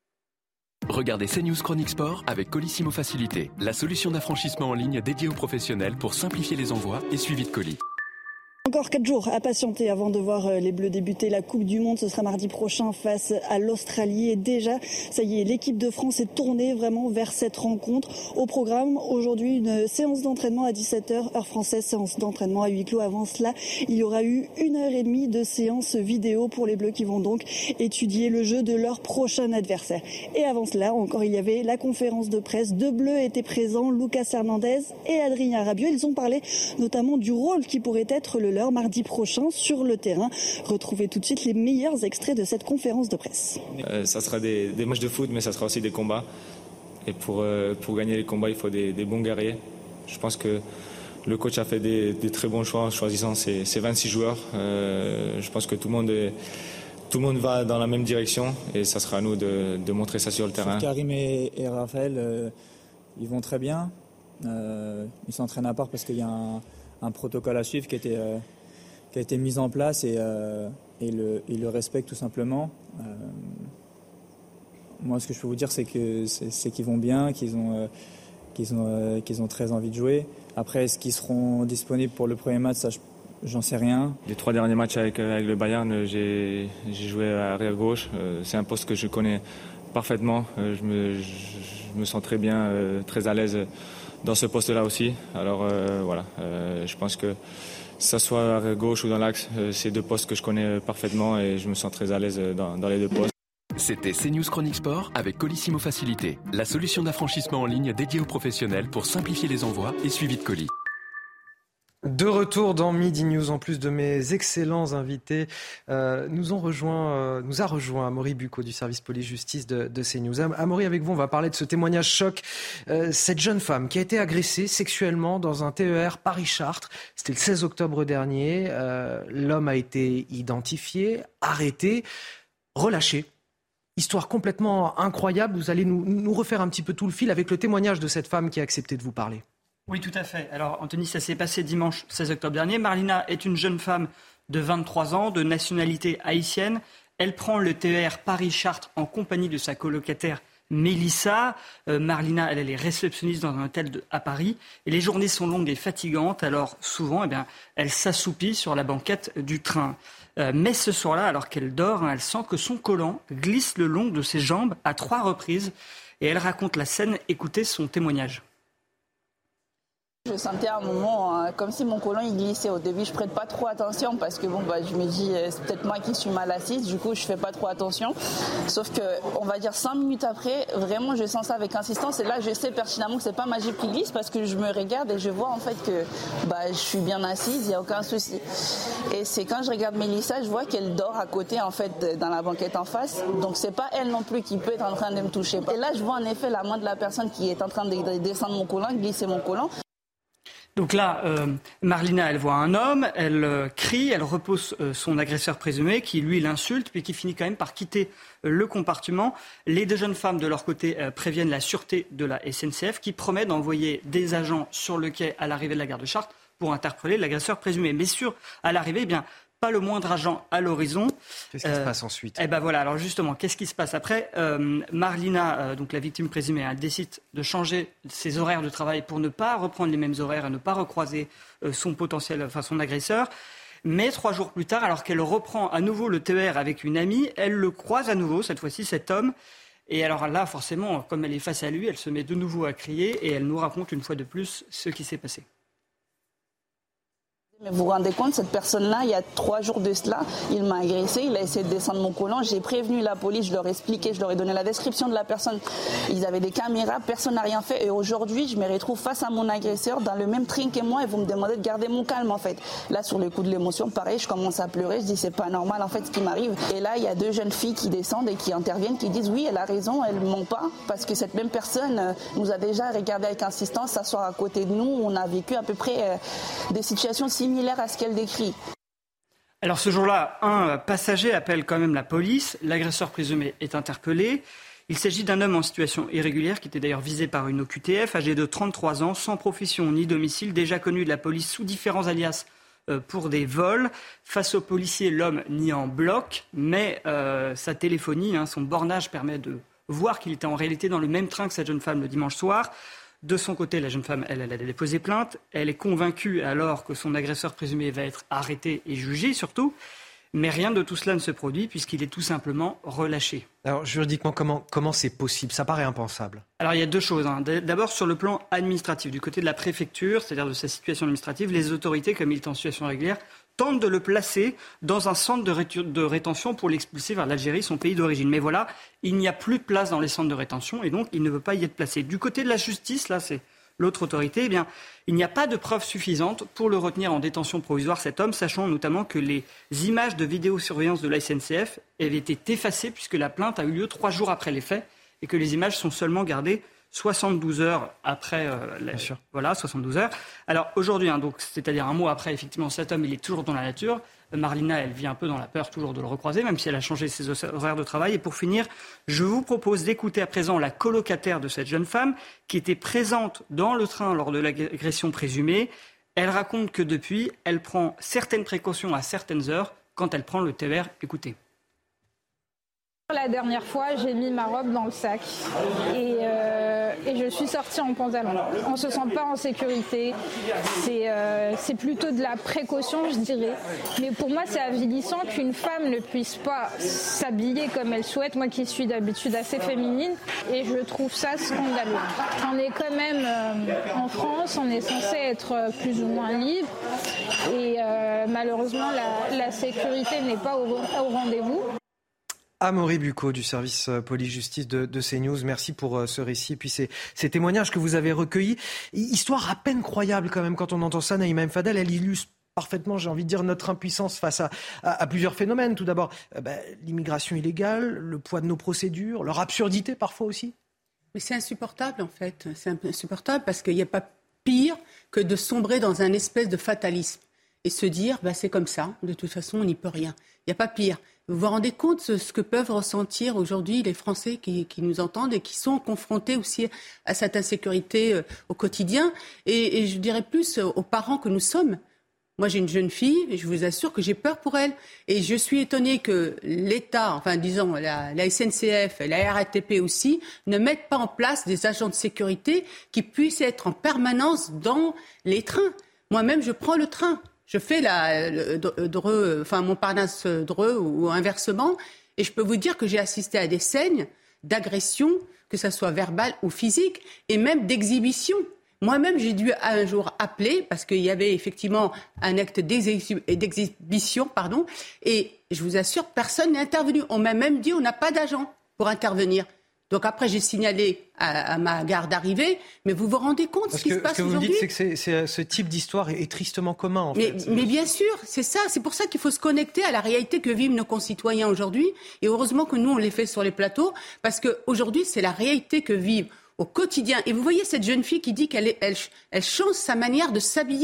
Regardez CNews Chronique Sport avec Colissimo Facilité, la solution d'affranchissement en ligne dédiée aux professionnels pour simplifier les envois et suivi de colis. Encore quatre jours à patienter avant de voir les Bleus débuter la Coupe du Monde. Ce sera mardi prochain face à l'Australie. Et déjà, ça y est, l'équipe de France est tournée vraiment vers cette rencontre. Au programme, aujourd'hui, une séance d'entraînement à dix-sept heures, heure française, séance d'entraînement à huis clos. Avant cela, il y aura eu une heure et demie de séance vidéo pour les Bleus qui vont donc étudier le jeu de leur prochain adversaire. Et avant cela, encore, il y avait la conférence de presse. Deux Bleus étaient présents, Lucas Hernandez et Adrien Rabiot. Ils ont parlé notamment du rôle qui pourrait être le leur mardi prochain sur le terrain. Retrouvez tout de suite les meilleurs extraits de cette conférence de presse. Euh, ça sera des, des matchs de foot, mais ça sera aussi des combats. Et pour, euh, pour gagner les combats, il faut des, des bons guerriers. Je pense que le coach a fait des, des très bons choix en choisissant ses, ses vingt-six joueurs. Euh, je pense que tout le monde est, tout le monde va dans la même direction et ça sera à nous de, de montrer ça sur le terrain. Karim et, et Raphaël, euh, ils vont très bien. Euh, ils s'entraînent à part parce qu'il y a un un protocole à suivre qui a été, euh, qui a été mis en place et, euh, et le, ils le respectent tout simplement. Euh, moi, ce que je peux vous dire, c'est, que, c'est, c'est qu'ils vont bien, qu'ils ont, euh, qu'ils, ont, euh, qu'ils ont très envie de jouer. Après, est-ce qu'ils seront disponibles pour le premier match, ça, j'en sais rien. Les trois derniers matchs avec, avec le Bayern, j'ai, j'ai joué à arrière gauche. Euh, c'est un poste que je connais parfaitement. Euh, je, me, je, je me sens très bien, euh, très à l'aise dans ce poste-là aussi. Alors euh, voilà, euh, je pense que ça soit à gauche ou dans l'axe, euh, c'est deux postes que je connais parfaitement et je me sens très à l'aise dans, dans les deux postes. C'était CNews Chronique Sport avec Colissimo Facilité, la solution d'affranchissement en ligne dédiée aux professionnels pour simplifier les envois et suivi de colis. De retour dans Midi News, en plus de mes excellents invités, euh, nous, ont rejoint, euh, nous a rejoint Amaury Bucco du service police-justice de, de CNews. Amaury, avec vous, on va parler de ce témoignage choc. Euh, cette jeune femme qui a été agressée sexuellement dans un T E R Paris-Chartres, c'était le seize octobre dernier. Euh, l'homme a été identifié, arrêté, relâché. Histoire complètement incroyable. Vous allez nous, nous refaire un petit peu tout le fil avec le témoignage de cette femme qui a accepté de vous parler. Oui, tout à fait. Alors, Anthony, ça s'est passé dimanche seize octobre dernier. Marlina est une jeune femme de vingt-trois ans, de nationalité haïtienne. Elle prend le T E R Paris-Chartres en compagnie de sa colocataire Mélissa. Euh, Marlina, elle, elle est réceptionniste dans un hôtel de, à Paris. Et les journées sont longues et fatigantes. Alors, souvent, eh bien, elle s'assoupit sur la banquette du train. Euh, mais ce soir-là, alors qu'elle dort, hein, elle sent que son collant glisse le long de ses jambes à trois reprises. Et elle raconte la scène. Écoutez son témoignage. Je sentais à un moment hein, comme si mon côlon il glissait. Au début, je prête pas trop attention parce que bon bah je me dis c'est peut-être moi qui suis mal assise. Du coup, je fais pas trop attention. Sauf que on va dire cinq minutes après, vraiment je sens ça avec insistance et là je sais pertinemment que c'est pas ma jupe qui glisse parce que je me regarde et je vois en fait que bah je suis bien assise, il y a aucun souci. Et c'est quand je regarde Mélissa, je vois qu'elle dort à côté en fait dans la banquette en face. Donc c'est pas elle non plus qui peut être en train de me toucher. Et là je vois en effet la main de la personne qui est en train de descendre mon côlon, glisser mon côlon. Donc là, euh, Marlina, elle voit un homme, elle euh, crie, elle repousse euh, son agresseur présumé qui, lui, l'insulte, puis qui finit quand même par quitter euh, le compartiment. Les deux jeunes femmes, de leur côté, euh, préviennent la sûreté de la S N C F qui promet d'envoyer des agents sur le quai à l'arrivée de la gare de Chartres pour interpeller l'agresseur présumé. Mais sûr, à l'arrivée, eh bien, pas le moindre agent à l'horizon. Qu'est-ce qui euh, se passe ensuite ? Eh ben voilà, alors justement, qu'est-ce qui se passe après ? euh, Marlina, euh, donc la victime présumée, elle décide de changer ses horaires de travail pour ne pas reprendre les mêmes horaires et ne pas recroiser euh, son potentiel, enfin son agresseur. Mais trois jours plus tard, alors qu'elle reprend à nouveau le T E R avec une amie, elle le croise à nouveau, cette fois-ci cet homme. Et alors là, forcément, comme elle est face à lui, elle se met de nouveau à crier et elle nous raconte une fois de plus ce qui s'est passé. Mais vous vous rendez compte, cette personne-là, il y a trois jours de cela, il m'a agressé, il a essayé de descendre mon collant, j'ai prévenu la police, je leur ai expliqué, je leur ai donné la description de la personne. Ils avaient des caméras, personne n'a rien fait et aujourd'hui, je me retrouve face à mon agresseur dans le même train que moi et vous me demandez de garder mon calme en fait. Là, sur le coup de l'émotion, pareil, je commence à pleurer, je dis c'est pas normal en fait ce qui m'arrive. Et là, il y a deux jeunes filles qui descendent et qui interviennent, qui disent oui, elle a raison, elle ment pas parce que cette même personne nous a déjà regardé avec insistance s'asseoir à côté de nous, on a vécu à peu près des situations similaires à ce qu'elle décrit. Alors ce jour-là, un passager appelle quand même la police. L'agresseur présumé est interpellé. Il s'agit d'un homme en situation irrégulière qui était d'ailleurs visé par une O Q T F, âgé de trente-trois ans, sans profession ni domicile, déjà connu de la police sous différents alias pour des vols. Face aux policiers, l'homme nie en bloc, mais euh, sa téléphonie, hein, son bornage permet de voir qu'il était en réalité dans le même train que cette jeune femme le dimanche soir. De son côté, la jeune femme, elle, elle a déposé plainte. Elle est convaincue alors que son agresseur présumé va être arrêté et jugé surtout. Mais rien de tout cela ne se produit puisqu'il est tout simplement relâché. Alors juridiquement, comment, comment c'est possible ? Ça paraît impensable. Alors il y a deux choses. Hein. D'abord sur le plan administratif, du côté de la préfecture, c'est-à-dire de sa situation administrative, les autorités, comme il est en situation régulière, tentent de le placer dans un centre de, ré- de rétention pour l'expulser vers l'Algérie, son pays d'origine. Mais voilà, il n'y a plus de place dans les centres de rétention et donc il ne veut pas y être placé. Du côté de la justice, là c'est l'autre autorité, eh bien, il n'y a pas de preuves suffisantes pour le retenir en détention provisoire, cet homme, sachant notamment que les images de vidéosurveillance de la S N C F avaient été effacées puisque la plainte a eu lieu trois jours après les faits et que les images sont seulement gardées soixante-douze heures après, euh, la, voilà, soixante-douze heures. Alors aujourd'hui, hein, donc, c'est-à-dire un mois après, effectivement, cet homme, il est toujours dans la nature. Marlina, elle vit un peu dans la peur toujours de le recroiser, même si elle a changé ses horaires de travail. Et pour finir, je vous propose d'écouter à présent la colocataire de cette jeune femme qui était présente dans le train lors de l'agression présumée. Elle raconte que depuis, elle prend certaines précautions à certaines heures quand elle prend le T E R. Écoutez. La dernière fois, j'ai mis ma robe dans le sac et, euh, et je suis sortie en pantalon. On ne se sent pas en sécurité. C'est, euh, c'est plutôt de la précaution, je dirais. Mais pour moi, c'est avilissant qu'une femme ne puisse pas s'habiller comme elle souhaite. Moi qui suis d'habitude assez féminine, et je trouve ça scandaleux. On est quand même euh, en France, on est censé être plus ou moins libre. Et euh, malheureusement, la, la sécurité n'est pas au, au rendez-vous. Amaury Bucco du service police-justice de, de CNews, merci pour euh, ce récit et puis ces, ces témoignages que vous avez recueillis. Histoire à peine croyable quand même quand on entend ça. Naïma M. Fadel, elle illustre parfaitement, j'ai envie de dire, notre impuissance face à, à, à plusieurs phénomènes. Tout d'abord, euh, bah, l'immigration illégale, le poids de nos procédures, leur absurdité parfois aussi. Mais c'est insupportable en fait, c'est insupportable parce qu'il n'y a pas pire que de sombrer dans un espèce de fatalisme et se dire bah, c'est comme ça, de toute façon on n'y peut rien. Il n'y a pas pire. Vous vous rendez compte de ce que peuvent ressentir aujourd'hui les Français qui, qui nous entendent et qui sont confrontés aussi à cette insécurité euh, au quotidien et, et je dirais plus euh, aux parents que nous sommes. Moi, j'ai une jeune fille et je vous assure que j'ai peur pour elle. Et je suis étonnée que l'État, enfin disons la, la S N C F, la R A T P aussi, ne mettent pas en place des agents de sécurité qui puissent être en permanence dans les trains. Moi-même, je prends le train. Je fais la, le, Dreux, enfin Montparnasse-Dreux ou inversement, et je peux vous dire que j'ai assisté à des scènes d'agression, que ça soit verbale ou physique, et même d'exhibition. Moi-même, j'ai dû un jour appeler, parce qu'il y avait effectivement un acte d'exhibition, pardon, et je vous assure, personne n'est intervenu. On m'a même dit on n'a pas d'agent pour intervenir. Donc après, j'ai signalé à, à ma gare d'arrivée, mais vous vous rendez compte de ce qui se passe aujourd'hui ? Ce que vous me dites, c'est que c'est, c'est, ce type d'histoire est, est tristement commun, en mais, fait. Mais bien sûr, c'est ça. C'est pour ça qu'il faut se connecter à la réalité que vivent nos concitoyens aujourd'hui. Et heureusement que nous, on les fait sur les plateaux, parce qu'aujourd'hui, c'est la réalité que vivent au quotidien. Et vous voyez cette jeune fille qui dit qu'elle est, elle, elle change sa manière de s'habiller.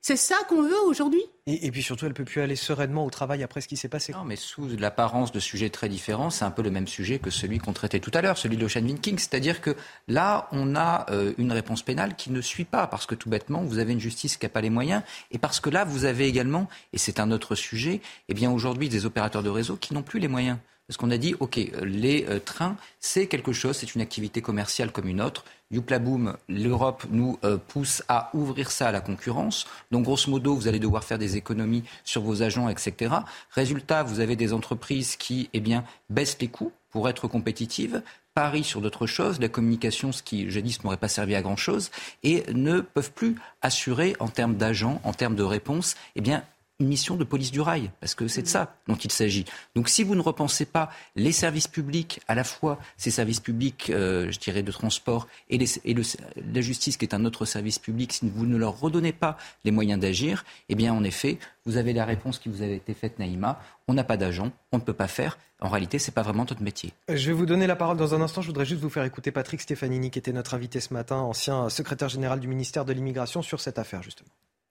C'est ça qu'on veut aujourd'hui. Et, et puis surtout, elle ne peut plus aller sereinement au travail après ce qui s'est passé. Non, mais sous l'apparence de sujets très différents, c'est un peu le même sujet que celui qu'on traitait tout à l'heure, celui de l'Ocean Viking. C'est-à-dire que là, on a euh, une réponse pénale qui ne suit pas, parce que tout bêtement, vous avez une justice qui n'a pas les moyens, et parce que là, vous avez également, et c'est un autre sujet, eh bien aujourd'hui, des opérateurs de réseau qui n'ont plus les moyens. Parce qu'on a dit, OK, les euh, trains, c'est quelque chose, c'est une activité commerciale comme une autre. Youpla boom, l'Europe nous euh, pousse à ouvrir ça à la concurrence. Donc, grosso modo, vous allez devoir faire des économies sur vos agents, et cetera. Résultat, vous avez des entreprises qui, eh bien, baissent les coûts pour être compétitives, parient sur d'autres choses, la communication, ce qui, jadis, n'aurait pas servi à grand-chose, et ne peuvent plus assurer, en termes d'agents, en termes de réponse, eh bien, une mission de police du rail, parce que c'est de ça dont il s'agit. Donc si vous ne repensez pas les services publics, à la fois ces services publics, euh, je dirais, de transport, et, les, et le, la justice qui est un autre service public, si vous ne leur redonnez pas les moyens d'agir, eh bien en effet, vous avez la réponse qui vous avait été faite, Naïma, on n'a pas d'agents, on ne peut pas faire. En réalité, ce n'est pas vraiment notre métier. Je vais vous donner la parole dans un instant. Je voudrais juste vous faire écouter Patrick Stefanini, qui était notre invité ce matin, ancien secrétaire général du ministère de l'Immigration, sur cette affaire, justement.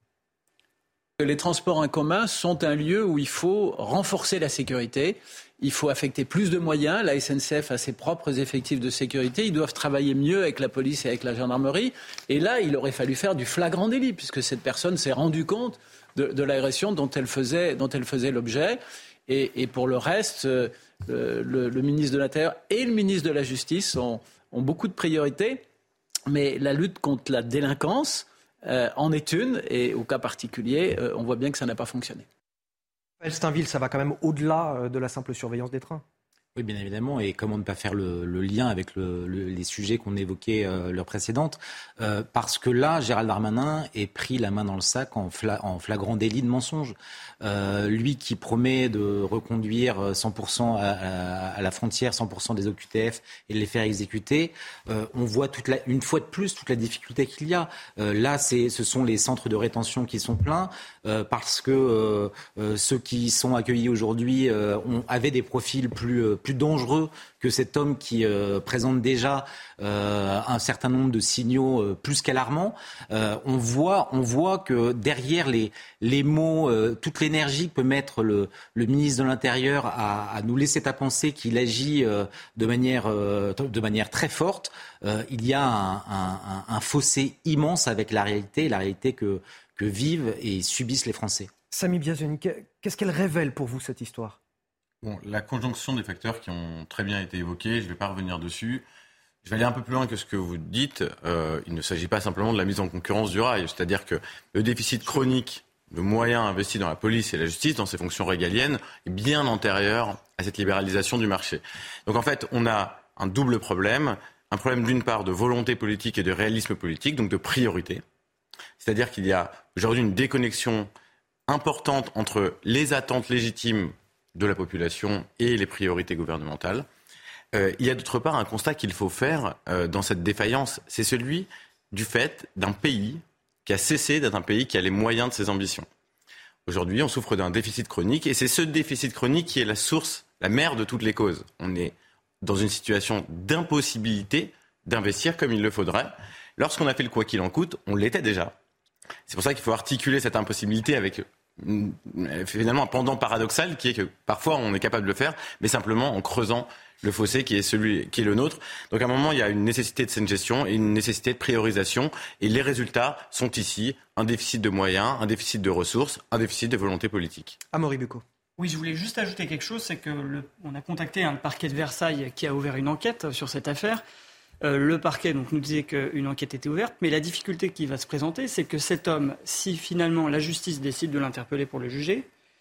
Les transports en commun sont un lieu où il faut renforcer la sécurité, il faut affecter plus de moyens, la S N C F a ses propres effectifs de sécurité, ils doivent travailler mieux avec la police et avec la gendarmerie, et là il aurait fallu faire du flagrant délit, puisque cette personne s'est rendue compte de, de l'agression dont elle faisait, dont elle faisait l'objet, et, et pour le reste, euh, le, le ministre de l'Intérieur et le ministre de la Justice ont, ont beaucoup de priorités, mais la lutte contre la délinquance, Euh, en est une, et au cas particulier, euh, on voit bien que ça n'a pas fonctionné. Steinville, ça va quand même au-delà de la simple surveillance des trains. Oui, bien évidemment, et comment ne pas faire le, le lien avec le, le, les sujets qu'on évoquait euh, l'heure précédente, euh, parce que là, Gérald Darmanin est pris la main dans le sac en, fla, en flagrant délit de mensonge. Euh, lui qui promet de reconduire cent pour cent à, à, à la frontière cent pour cent des O Q T F et de les faire exécuter, euh, on voit toute la, une fois de plus toute la difficulté qu'il y a. Euh, là, c'est, ce sont les centres de rétention qui sont pleins, euh, parce que euh, euh, ceux qui sont accueillis aujourd'hui euh, ont, avaient des profils plus... Euh, plus dangereux que cet homme qui euh, présente déjà euh, un certain nombre de signaux euh, plus qu'alarmants. Euh, on voit, on voit que derrière les, les mots, euh, toute l'énergie que peut mettre le, le ministre de l'Intérieur à, à nous laisser à penser qu'il agit euh, de manière, euh, de manière très forte, euh, il y a un, un, un fossé immense avec la réalité, la réalité que, que vivent et subissent les Français. Samy Biazoni, qu'est-ce qu'elle révèle pour vous, cette histoire ? Bon, la conjonction des facteurs qui ont très bien été évoqués, je ne vais pas revenir dessus. Je vais aller un peu plus loin que ce que vous dites. Euh, il ne s'agit pas simplement de la mise en concurrence du rail. C'est-à-dire que le déficit chronique de moyens investis dans la police et la justice, dans ses fonctions régaliennes, est bien antérieur à cette libéralisation du marché. Donc en fait, on a un double problème. Un problème d'une part de volonté politique et de réalisme politique, donc de priorité. C'est-à-dire qu'il y a aujourd'hui une déconnexion importante entre les attentes légitimes de la population et les priorités gouvernementales. Euh, il y a d'autre part un constat qu'il faut faire euh, dans cette défaillance. C'est celui du fait d'un pays qui a cessé d'être un pays qui a les moyens de ses ambitions. Aujourd'hui, on souffre d'un déficit chronique et c'est ce déficit chronique qui est la source, la mère de toutes les causes. On est dans une situation d'impossibilité d'investir comme il le faudrait. Lorsqu'on a fait le quoi qu'il en coûte, on l'était déjà. C'est pour ça qu'il faut articuler cette impossibilité avec finalement un pendant paradoxal qui est que parfois on est capable de le faire, mais simplement en creusant le fossé qui est celui qui est le nôtre. Donc à un moment, il y a une nécessité de saine gestion et une nécessité de priorisation. Et les résultats sont ici un déficit de moyens, un déficit de ressources, un déficit de volonté politique. Amaury Bucco. Oui, je voulais juste ajouter quelque chose, c'est que le, on a contacté un parquet de Versailles qui a ouvert une enquête sur cette affaire. Euh, le parquet donc, nous disait qu'une enquête était ouverte, mais la difficulté qui va se présenter, c'est que cet homme, si finalement la justice décide de l'interpeller pour le juger,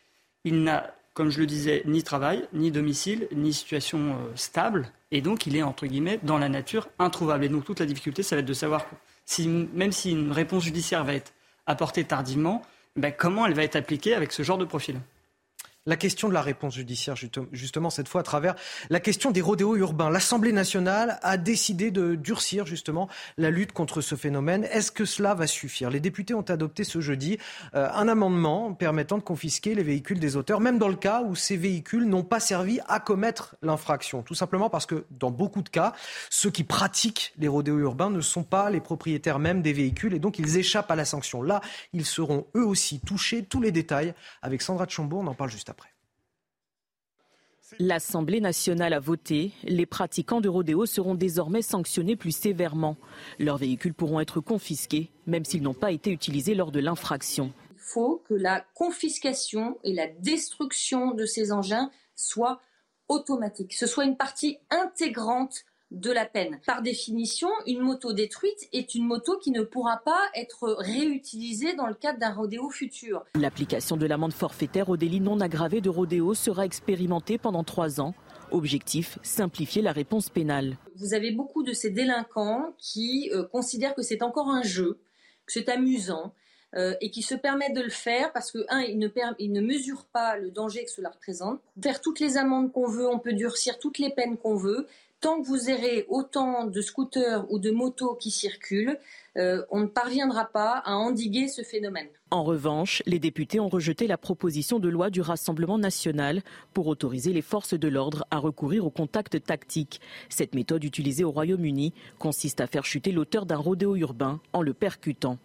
il n'a, comme je le disais, ni travail, ni domicile, ni situation euh, stable, et donc il est, entre guillemets, dans la nature, introuvable. Et donc toute la difficulté, ça va être de savoir, si, même si une réponse judiciaire va être apportée tardivement, ben, comment elle va être appliquée avec ce genre de profil. La question de la réponse judiciaire, justement, cette fois à travers la question des rodéos urbains. L'Assemblée nationale a décidé de durcir, justement, la lutte contre ce phénomène. Est-ce que cela va suffire ? Les députés ont adopté ce jeudi euh, un amendement permettant de confisquer les véhicules des auteurs, même dans le cas où ces véhicules n'ont pas servi à commettre l'infraction. Tout simplement parce que, dans beaucoup de cas, ceux qui pratiquent les rodéos urbains ne sont pas les propriétaires même des véhicules et donc ils échappent à la sanction. Là, ils seront eux aussi touchés. Tous les détails avec Sandra Tchombo, on en parle juste après. L'Assemblée nationale a voté. Les pratiquants de rodéo seront désormais sanctionnés plus sévèrement. Leurs véhicules pourront être confisqués, même s'ils n'ont pas été utilisés lors de l'infraction. Il faut que la confiscation et la destruction de ces engins soient automatiques. Ce soit une partie intégrante de la peine. Par définition, une moto détruite est une moto qui ne pourra pas être réutilisée dans le cadre d'un rodéo futur. L'application de l'amende forfaitaire au délit non aggravé de rodéo sera expérimentée pendant trois ans. Objectif, simplifier la réponse pénale. Vous avez beaucoup de ces délinquants qui euh, considèrent que c'est encore un jeu, que c'est amusant euh, et qui se permettent de le faire parce que, un, ils ne, per- ils ne mesurent pas le danger que cela représente. Faire toutes les amendes qu'on veut, on peut durcir toutes les peines qu'on veut. Tant que vous aurez autant de scooters ou de motos qui circulent, euh, on ne parviendra pas à endiguer ce phénomène. En revanche, les députés ont rejeté la proposition de loi du Rassemblement national pour autoriser les forces de l'ordre à recourir au contact tactique. Cette méthode utilisée au Royaume-Uni consiste à faire chuter l'auteur d'un rodéo urbain en le percutant.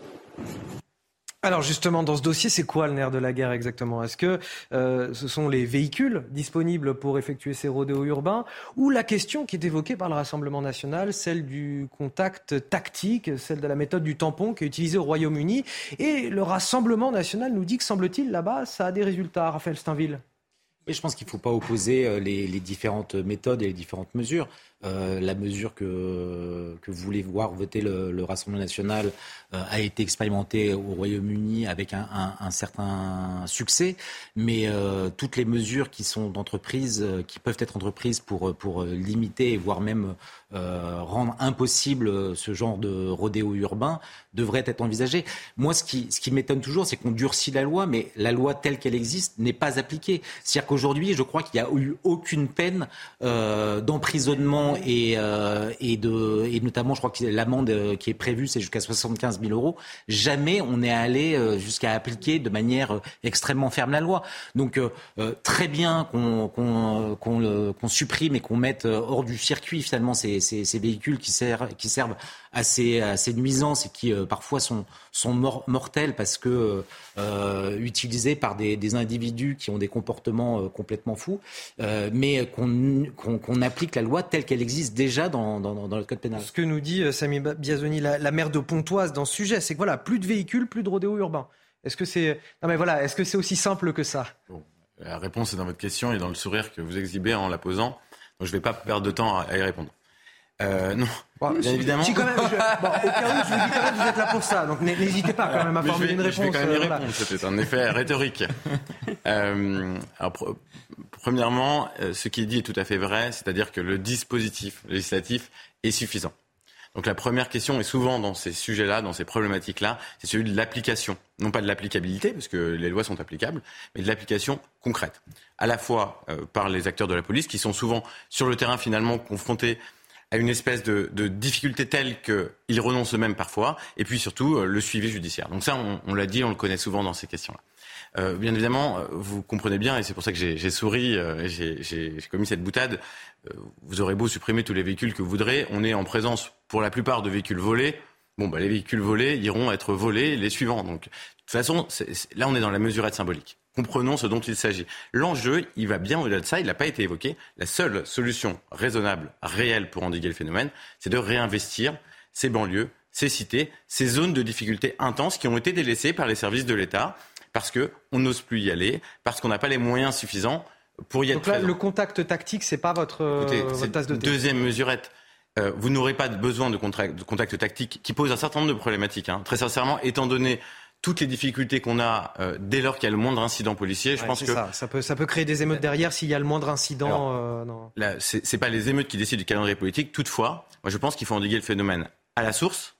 Alors justement, dans ce dossier, c'est quoi le nerf de la guerre exactement ? Est-ce que euh, ce sont les véhicules disponibles pour effectuer ces rodéos urbains ou la question qui est évoquée par le Rassemblement national, celle du contact tactique, celle de la méthode du tampon qui est utilisée au Royaume-Uni ? Et le Rassemblement national nous dit que, semble-t-il, là-bas, ça a des résultats. Raphaël Steinville. Et je pense qu'il ne faut pas opposer les, les différentes méthodes et les différentes mesures. Euh, la mesure que, que voulait voir voter le, le Rassemblement national euh, a été expérimentée au Royaume-Uni avec un, un, un certain succès, mais euh, toutes les mesures qui sont d'entreprise, euh, qui peuvent être entreprises pour, pour limiter, voire même euh, rendre impossible ce genre de rodéo urbain, devraient être envisagées. Moi, ce qui, ce qui m'étonne toujours, c'est qu'on durcit la loi, mais la loi telle qu'elle existe n'est pas appliquée. C'est-à-dire qu'aujourd'hui, je crois qu'il n'y a eu aucune peine euh, d'emprisonnement Et, euh, et, de, et notamment, je crois que l'amende qui est prévue, c'est jusqu'à soixante-quinze mille euros. Jamais on n'est allé jusqu'à appliquer de manière extrêmement ferme la loi. Donc, euh, très bien qu'on, qu'on, qu'on, qu'on supprime et qu'on mette hors du circuit, finalement, ces, ces, ces véhicules qui servent, qui servent à ces, à ces nuisances et qui, euh, parfois, sont, sont mor- mortels parce que euh, utilisés par des, des individus qui ont des comportements euh, complètement fous, euh, mais qu'on, qu'on, qu'on applique la loi telle qu'elle existe déjà dans, dans, dans le code pénal. Ce que nous dit euh, Samy Biazoni, la, la maire de Pontoise, dans ce sujet, c'est que voilà, plus de véhicules, plus de rodéos urbains. Est-ce que c'est, non mais voilà, est-ce que c'est aussi simple que ça ? Bon, la réponse est dans votre question et dans le sourire que vous exhibez en la posant. Donc je ne vais pas perdre de temps à y répondre. Euh, non, bon, bien évidemment. Si quand même, je, bon, au cas où, je vous dis quand même, vous êtes là pour ça, donc n'hésitez pas quand même à formuler une réponse. Je vais quand même y euh, répondre, voilà. C'était un effet rhétorique. euh, alors, pr- premièrement, euh, ce qui est dit est tout à fait vrai, c'est-à-dire que le dispositif législatif est suffisant. Donc la première question, et souvent dans ces sujets-là, dans ces problématiques-là, c'est celui de l'application. Non pas de l'applicabilité, parce que les lois sont applicables, mais de l'application concrète. À la fois euh, par les acteurs de la police, qui sont souvent sur le terrain finalement confrontés à une espèce de, de difficulté telle qu'ils renoncent eux-mêmes parfois, et puis surtout euh, le suivi judiciaire. Donc ça, on, on l'a dit, on le connaît souvent dans ces questions-là. Euh, bien évidemment, vous comprenez bien, et c'est pour ça que j'ai, j'ai souri, euh, j'ai, j'ai, j'ai commis cette boutade, euh, vous aurez beau supprimer tous les véhicules que vous voudrez, on est en présence pour la plupart de véhicules volés. Bon, bah, les véhicules volés iront être volés les suivants. Donc, de toute façon, c'est, c'est, là, on est dans la mesurette symbolique. Comprenons ce dont il s'agit. L'enjeu, il va bien au-delà de ça, il n'a pas été évoqué. La seule solution raisonnable, réelle pour endiguer le phénomène, c'est de réinvestir ces banlieues, ces cités, ces zones de difficultés intenses qui ont été délaissées par les services de l'État parce qu'on n'ose plus y aller, parce qu'on n'a pas les moyens suffisants pour y être. Donc là, présent. le contact tactique, c'est pas votre, Écoutez, votre c'est tasse de thé. Deuxième mesurette. Euh, vous n'aurez pas besoin de, contact, de contact tactique qui pose un certain nombre de problématiques. Hein. Très sincèrement, étant donné toutes les difficultés qu'on a euh, dès lors qu'il y a le moindre incident policier, je ouais, pense c'est que ça. Ça peut, ça peut créer des émeutes derrière s'il y a le moindre incident. Alors, euh, non. Là, c'est, c'est pas les émeutes qui décident du calendrier politique. Toutefois, moi, je pense qu'il faut endiguer le phénomène à la source.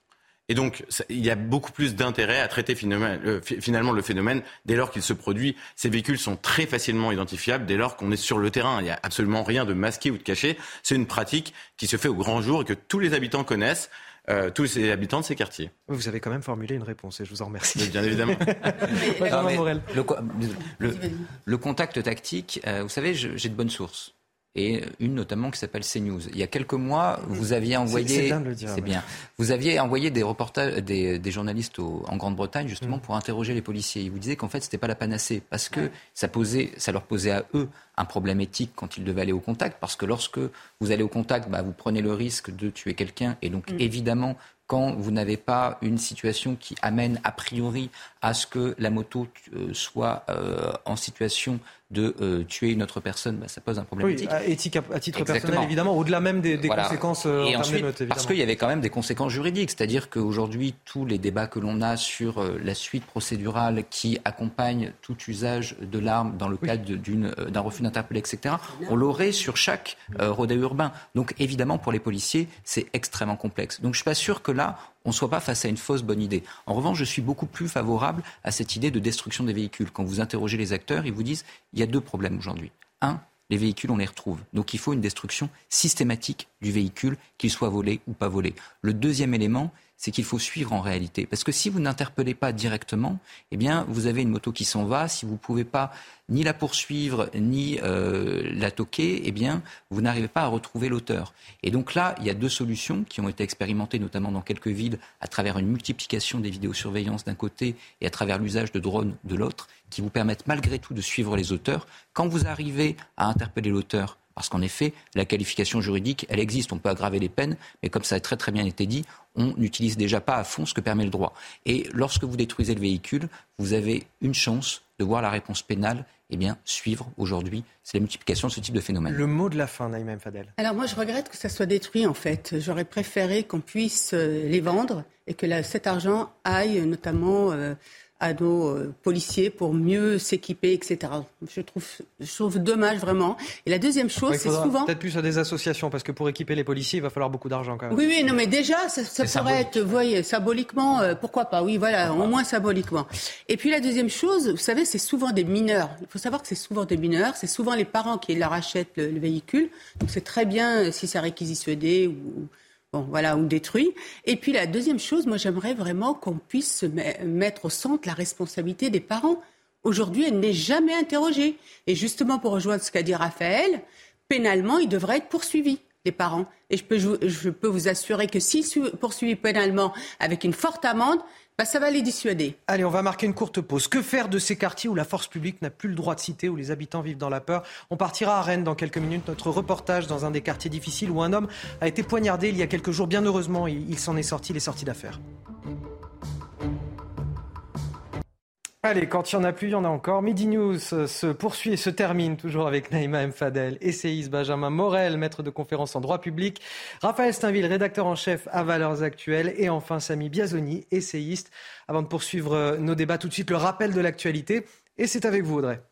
Et donc, ça, il y a beaucoup plus d'intérêt à traiter phénomène, euh, finalement le phénomène dès lors qu'il se produit. Ces véhicules sont très facilement identifiables dès lors qu'on est sur le terrain. Il n'y a absolument rien de masqué ou de caché. C'est une pratique qui se fait au grand jour et que tous les habitants connaissent. Euh, tous les habitants de ces quartiers. Vous avez quand même formulé une réponse et je vous en remercie. Mais bien évidemment. Non, mais le, le, le contact tactique, euh, vous savez, je, j'ai de bonnes sources. Et une notamment qui s'appelle CNews. Il y a quelques mois, vous aviez envoyé, c'est, c'est bien de le dire, c'est ouais. bien. Vous aviez envoyé des reportages, des, des journalistes au, en Grande-Bretagne justement mmh. pour interroger les policiers. Ils vous disaient qu'en fait c'était pas la panacée parce que ouais. ça posait, ça leur posait à eux un problème éthique quand ils devaient aller au contact, parce que lorsque vous allez au contact, bah, vous prenez le risque de tuer quelqu'un et donc mmh. évidemment. Quand vous n'avez pas une situation qui amène a priori à ce que la moto euh, soit euh, en situation de euh, tuer une autre personne, bah, ça pose un problème oui, éthique. Éthique à, à titre Exactement. Personnel, évidemment, au-delà même des, des voilà. conséquences euh, et en ensuite, termes de notes, parce qu'il y avait quand même des conséquences juridiques, c'est-à-dire qu'aujourd'hui, tous les débats que l'on a sur euh, la suite procédurale qui accompagne tout usage de l'arme dans le oui. cadre d'une, euh, d'un refus d'interpeller, et cetera, on l'aurait sur chaque euh, rodéo urbain. Donc évidemment, pour les policiers, c'est extrêmement complexe. Donc je suis pas sûr que là, on ne soit pas face à une fausse bonne idée. En revanche, je suis beaucoup plus favorable à cette idée de destruction des véhicules. Quand vous interrogez les acteurs, ils vous disent il y a deux problèmes aujourd'hui. Un, les véhicules, on les retrouve. Donc il faut une destruction systématique du véhicule, qu'il soit volé ou pas volé. Le deuxième élément, c'est qu'il faut suivre en réalité. Parce que si vous n'interpellez pas directement, eh bien, vous avez une moto qui s'en va. Si vous ne pouvez pas ni la poursuivre, ni euh, la toquer, eh bien, vous n'arrivez pas à retrouver l'auteur. Et donc là, il y a deux solutions qui ont été expérimentées, notamment dans quelques villes, à travers une multiplication des vidéosurveillances d'un côté et à travers l'usage de drones de l'autre, qui vous permettent malgré tout de suivre les auteurs. Quand vous arrivez à interpeller l'auteur, parce qu'en effet, la qualification juridique, elle existe. On peut aggraver les peines, mais comme ça a très très bien été dit, on n'utilise déjà pas à fond ce que permet le droit. Et lorsque vous détruisez le véhicule, vous avez une chance de voir la réponse pénale eh bien, suivre aujourd'hui. C'est la multiplication de ce type de phénomène. Le mot de la fin, Naïma M. Fadel. Alors moi, je regrette que ça soit détruit, en fait. J'aurais préféré qu'on puisse euh, les vendre et que la, cet argent aille notamment... Euh, à nos euh, policiers pour mieux s'équiper, et cetera. Je trouve, je trouve dommage vraiment. Et la deuxième chose, c'est souvent... Peut-être plus à des associations, parce que pour équiper les policiers, il va falloir beaucoup d'argent quand même. Oui, oui, non, mais déjà, ça, ça pourrait symbolique. être, vous voyez, symboliquement, euh, pourquoi pas, oui, voilà, au moins symboliquement. Et puis la deuxième chose, vous savez, c'est souvent des mineurs. Il faut savoir que c'est souvent des mineurs, c'est souvent les parents qui leur achètent le, le véhicule. Donc c'est très bien si c'est réquisitionné ou... Bon, voilà, ou détruit. Et puis la deuxième chose, moi j'aimerais vraiment qu'on puisse se mettre au centre la responsabilité des parents. Aujourd'hui, elle n'est jamais interrogée. Et justement, pour rejoindre ce qu'a dit Raphaël, pénalement, ils devraient être poursuivis, les parents. Et je peux, je peux vous assurer que s'ils sont poursuivis pénalement avec une forte amende, bah, ça va les dissuader. Allez, on va marquer une courte pause. Que faire de ces quartiers où la force publique n'a plus le droit de citer, où les habitants vivent dans la peur ? On partira à Rennes dans quelques minutes. Notre reportage dans un des quartiers difficiles où un homme a été poignardé il y a quelques jours. Bien heureusement, il, il s'en est sorti, il est sorti d'affaire. Allez, quand il n'y en a plus, il y en a encore. Midi News se poursuit et se termine toujours avec Naïma M. Fadel, essayiste, Benjamin Morel, maître de conférences en droit public, Raphaël Steinville, rédacteur en chef à Valeurs Actuelles, et enfin Samy Biazoni, essayiste. Avant de poursuivre nos débats, tout de suite le rappel de l'actualité. Et c'est avec vous, Audrey.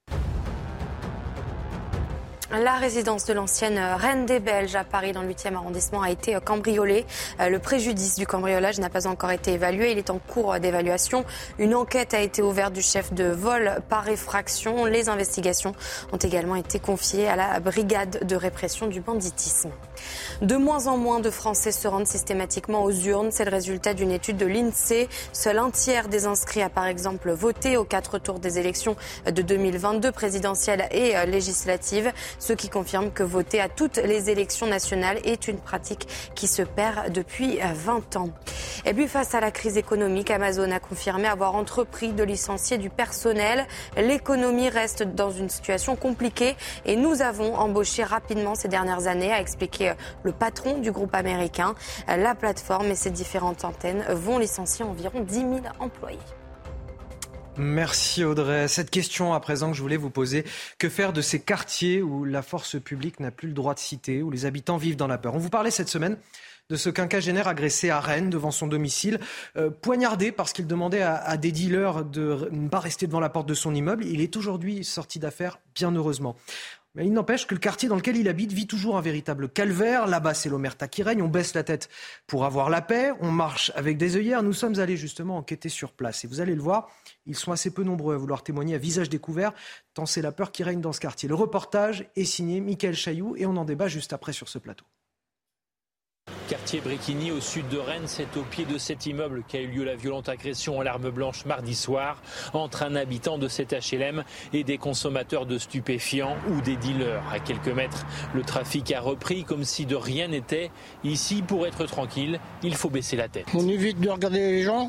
La résidence de l'ancienne reine des Belges à Paris, dans le huitième arrondissement, a été cambriolée. Le préjudice du cambriolage n'a pas encore été évalué. Il est en cours d'évaluation. Une enquête a été ouverte du chef de vol par effraction. Les investigations ont également été confiées à la brigade de répression du banditisme. De moins en moins de Français se rendent systématiquement aux urnes. C'est le résultat d'une étude de l'INSEE. Seul un tiers des inscrits a par exemple voté aux quatre tours des élections de deux mille vingt-deux, présidentielles et législatives. Ce qui confirme que voter à toutes les élections nationales est une pratique qui se perd depuis vingt ans. Et puis face à la crise économique, Amazon a confirmé avoir entrepris de licencier du personnel. L'économie reste dans une situation compliquée et nous avons embauché rapidement ces dernières années, a expliqué le patron du groupe américain. La plateforme et ses différentes antennes vont licencier environ dix mille employés. Merci Audrey. Cette question à présent que je voulais vous poser, que faire de ces quartiers où la force publique n'a plus le droit de citer, où les habitants vivent dans la peur ? On vous parlait cette semaine de ce quinquagénaire agressé à Rennes devant son domicile, euh, poignardé parce qu'il demandait à, à des dealers de ne pas rester devant la porte de son immeuble. Il est aujourd'hui sorti d'affaire, bien heureusement. Mais il n'empêche que le quartier dans lequel il habite vit toujours un véritable calvaire. Là-bas, c'est l'omerta qui règne. On baisse la tête pour avoir la paix. On marche avec des œillères. Nous sommes allés justement enquêter sur place. Et vous allez le voir, ils sont assez peu nombreux à vouloir témoigner à visage découvert, tant c'est la peur qui règne dans ce quartier. Le reportage est signé Mickaël Chailloux et on en débat juste après sur ce plateau. Quartier Bréquigny, au sud de Rennes, c'est au pied de cet immeuble qu'a eu lieu la violente agression à l'arme blanche mardi soir entre un habitant de cet H L M et des consommateurs de stupéfiants ou des dealers. À quelques mètres, le trafic a repris comme si de rien n'était. Ici, pour être tranquille, il faut baisser la tête. On évite de regarder les gens.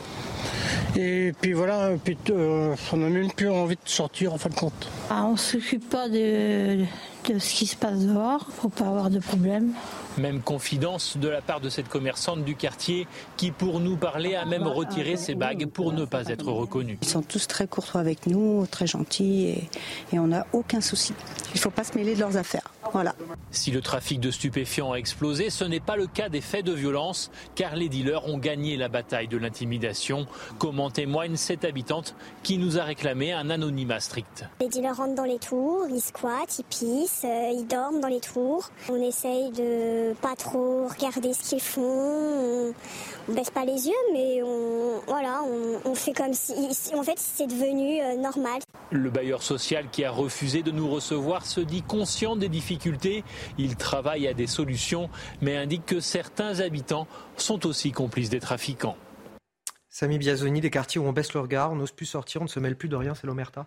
Et puis voilà, puis, euh, on n'a même plus envie de sortir en fin de compte. Ah, on ne s'occupe pas de, de ce qui se passe dehors, il ne faut pas avoir de problème. Même confidence de la part de cette commerçante du quartier qui, pour nous parler, a même retiré ses bagues pour ne pas être reconnue. Ils sont tous très courtois avec nous, très gentils et, et on n'a aucun souci. Il ne faut pas se mêler de leurs affaires. Voilà. Si le trafic de stupéfiants a explosé, ce n'est pas le cas des faits de violence, car les dealers ont gagné la bataille de l'intimidation, comme en témoigne cette habitante qui nous a réclamé un anonymat strict. Les dealers rentrent dans les tours, ils squattent, ils pissent, euh, ils dorment dans les tours. On essaye de pas trop regarder ce qu'ils font, on, on baisse pas les yeux, mais on, voilà, on, on fait comme si, en fait, c'est devenu euh, normal. Le bailleur social qui a refusé de nous recevoir se dit conscient des difficultés. Il travaille à des solutions, mais indique que certains habitants sont aussi complices des trafiquants. Samy Biazoni, des quartiers où on baisse le regard, on n'ose plus sortir, on ne se mêle plus de rien, c'est l'omerta.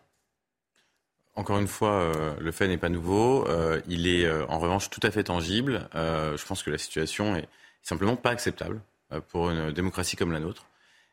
Encore une fois, euh, le fait n'est pas nouveau. Euh, il est euh, en revanche tout à fait tangible. Euh, je pense que la situation est simplement pas acceptable euh, pour une démocratie comme la nôtre.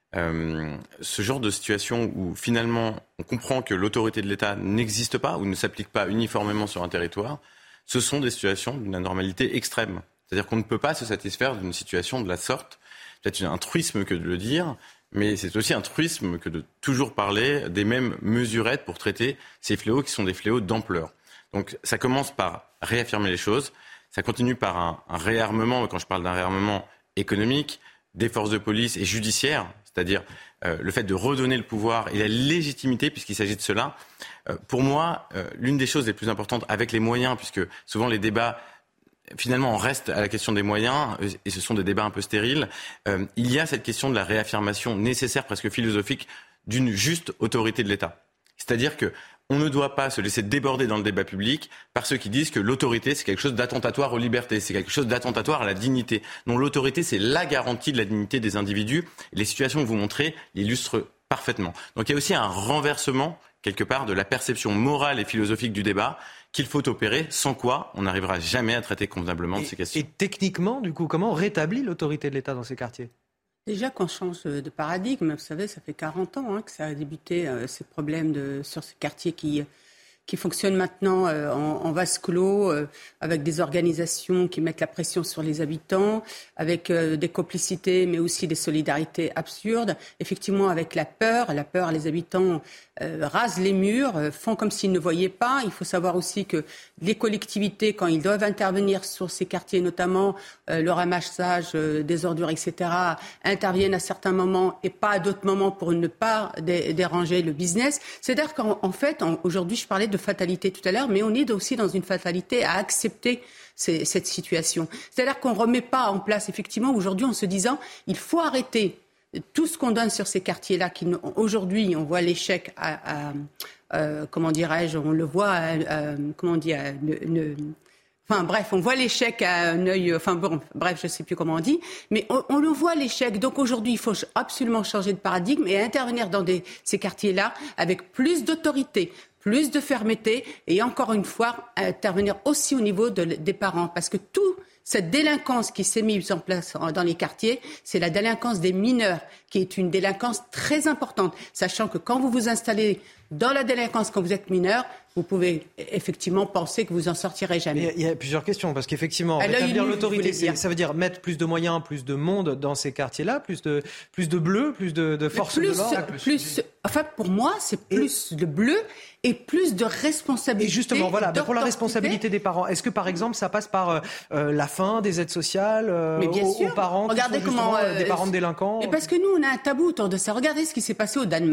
Euh, ce genre de situation où finalement on comprend que l'autorité de l'État n'existe pas ou ne s'applique pas uniformément sur un territoire, ce sont des situations d'une anormalité extrême. C'est-à-dire qu'on ne peut pas se satisfaire d'une situation de la sorte. C'est peut-être un truisme que de le dire, mais c'est aussi un truisme que de toujours parler des mêmes mesurettes pour traiter ces fléaux qui sont des fléaux d'ampleur. Donc ça commence par réaffirmer les choses, ça continue par un, un réarmement, quand je parle d'un réarmement économique, des forces de police et judiciaires, c'est-à-dire euh, le fait de redonner le pouvoir et la légitimité, puisqu'il s'agit de cela. Euh, pour moi, euh, l'une des choses les plus importantes avec les moyens, puisque souvent les débats, finalement, on reste à la question des moyens, et ce sont des débats un peu stériles. Euh, il y a cette question de la réaffirmation nécessaire, presque philosophique, d'une juste autorité de l'État. C'est-à-dire que on ne doit pas se laisser déborder dans le débat public par ceux qui disent que l'autorité, c'est quelque chose d'attentatoire aux libertés, c'est quelque chose d'attentatoire à la dignité. Non, l'autorité, c'est la garantie de la dignité des individus. Les situations que vous montrez l'illustrent parfaitement. Donc il y a aussi un renversement, quelque part, de la perception morale et philosophique du débat qu'il faut opérer, sans quoi on n'arrivera jamais à traiter convenablement de ces questions. Et techniquement, du coup, comment on rétablit l'autorité de l'État dans ces quartiers ? Déjà qu'on change de paradigme, vous savez, ça fait quarante ans hein, que ça a débuté, euh, ces problèmes de, sur ces quartiers qui, qui fonctionnent maintenant euh, en, en vase clos, euh, avec des organisations qui mettent la pression sur les habitants, avec euh, des complicités, mais aussi des solidarités absurdes. Effectivement, avec la peur, la peur, les habitants euh, rasent les murs, euh, font comme s'ils ne voyaient pas. Il faut savoir aussi que les collectivités, quand ils doivent intervenir sur ces quartiers, notamment euh, le ramassage euh, des ordures, et cetera, interviennent à certains moments et pas à d'autres moments pour ne pas dé- déranger le business. C'est-à-dire qu'en en fait, en, aujourd'hui, je parlais de fatalité tout à l'heure, mais on est aussi dans une fatalité à accepter ces, cette situation. C'est-à-dire qu'on ne remet pas en place, effectivement, aujourd'hui, en se disant il faut arrêter tout ce qu'on donne sur ces quartiers-là. Qui, aujourd'hui, on voit l'échec à, à euh, comment dirais-je, on le voit, à, à, comment dire, à, ne, enfin bref, on voit l'échec à un œil, enfin bon, bref, je ne sais plus comment on dit, mais on, on le voit l'échec. Donc aujourd'hui, il faut absolument changer de paradigme et intervenir dans des, ces quartiers-là avec plus d'autorité, plus de fermeté et encore une fois, intervenir aussi au niveau de, des parents. Parce que tout cette délinquance qui s'est mise en place dans les quartiers, c'est la délinquance des mineurs, qui est une délinquance très importante. Sachant que quand vous vous installez dans la délinquance quand vous êtes mineur, vous pouvez effectivement penser que vous en sortirez jamais. Il y a plusieurs questions, parce qu'effectivement, rétablir l'autorité, c'est, ça veut dire mettre plus de moyens, plus de monde dans ces quartiers-là, plus de, plus de bleu, plus de, de force plus, de l'ordre. Plus, plus, enfin, pour moi, c'est plus et, de bleu et plus de responsabilité. Et justement, voilà, pour la responsabilité des parents, est-ce que par exemple, ça passe par euh, la fin des aides sociales euh, Mais bien aux, sûr. aux parents, Regardez qui sont comment euh, des parents de délinquants? Et parce que nous, on a un tabou autour de ça. Regardez ce qui s'est passé au Danemark.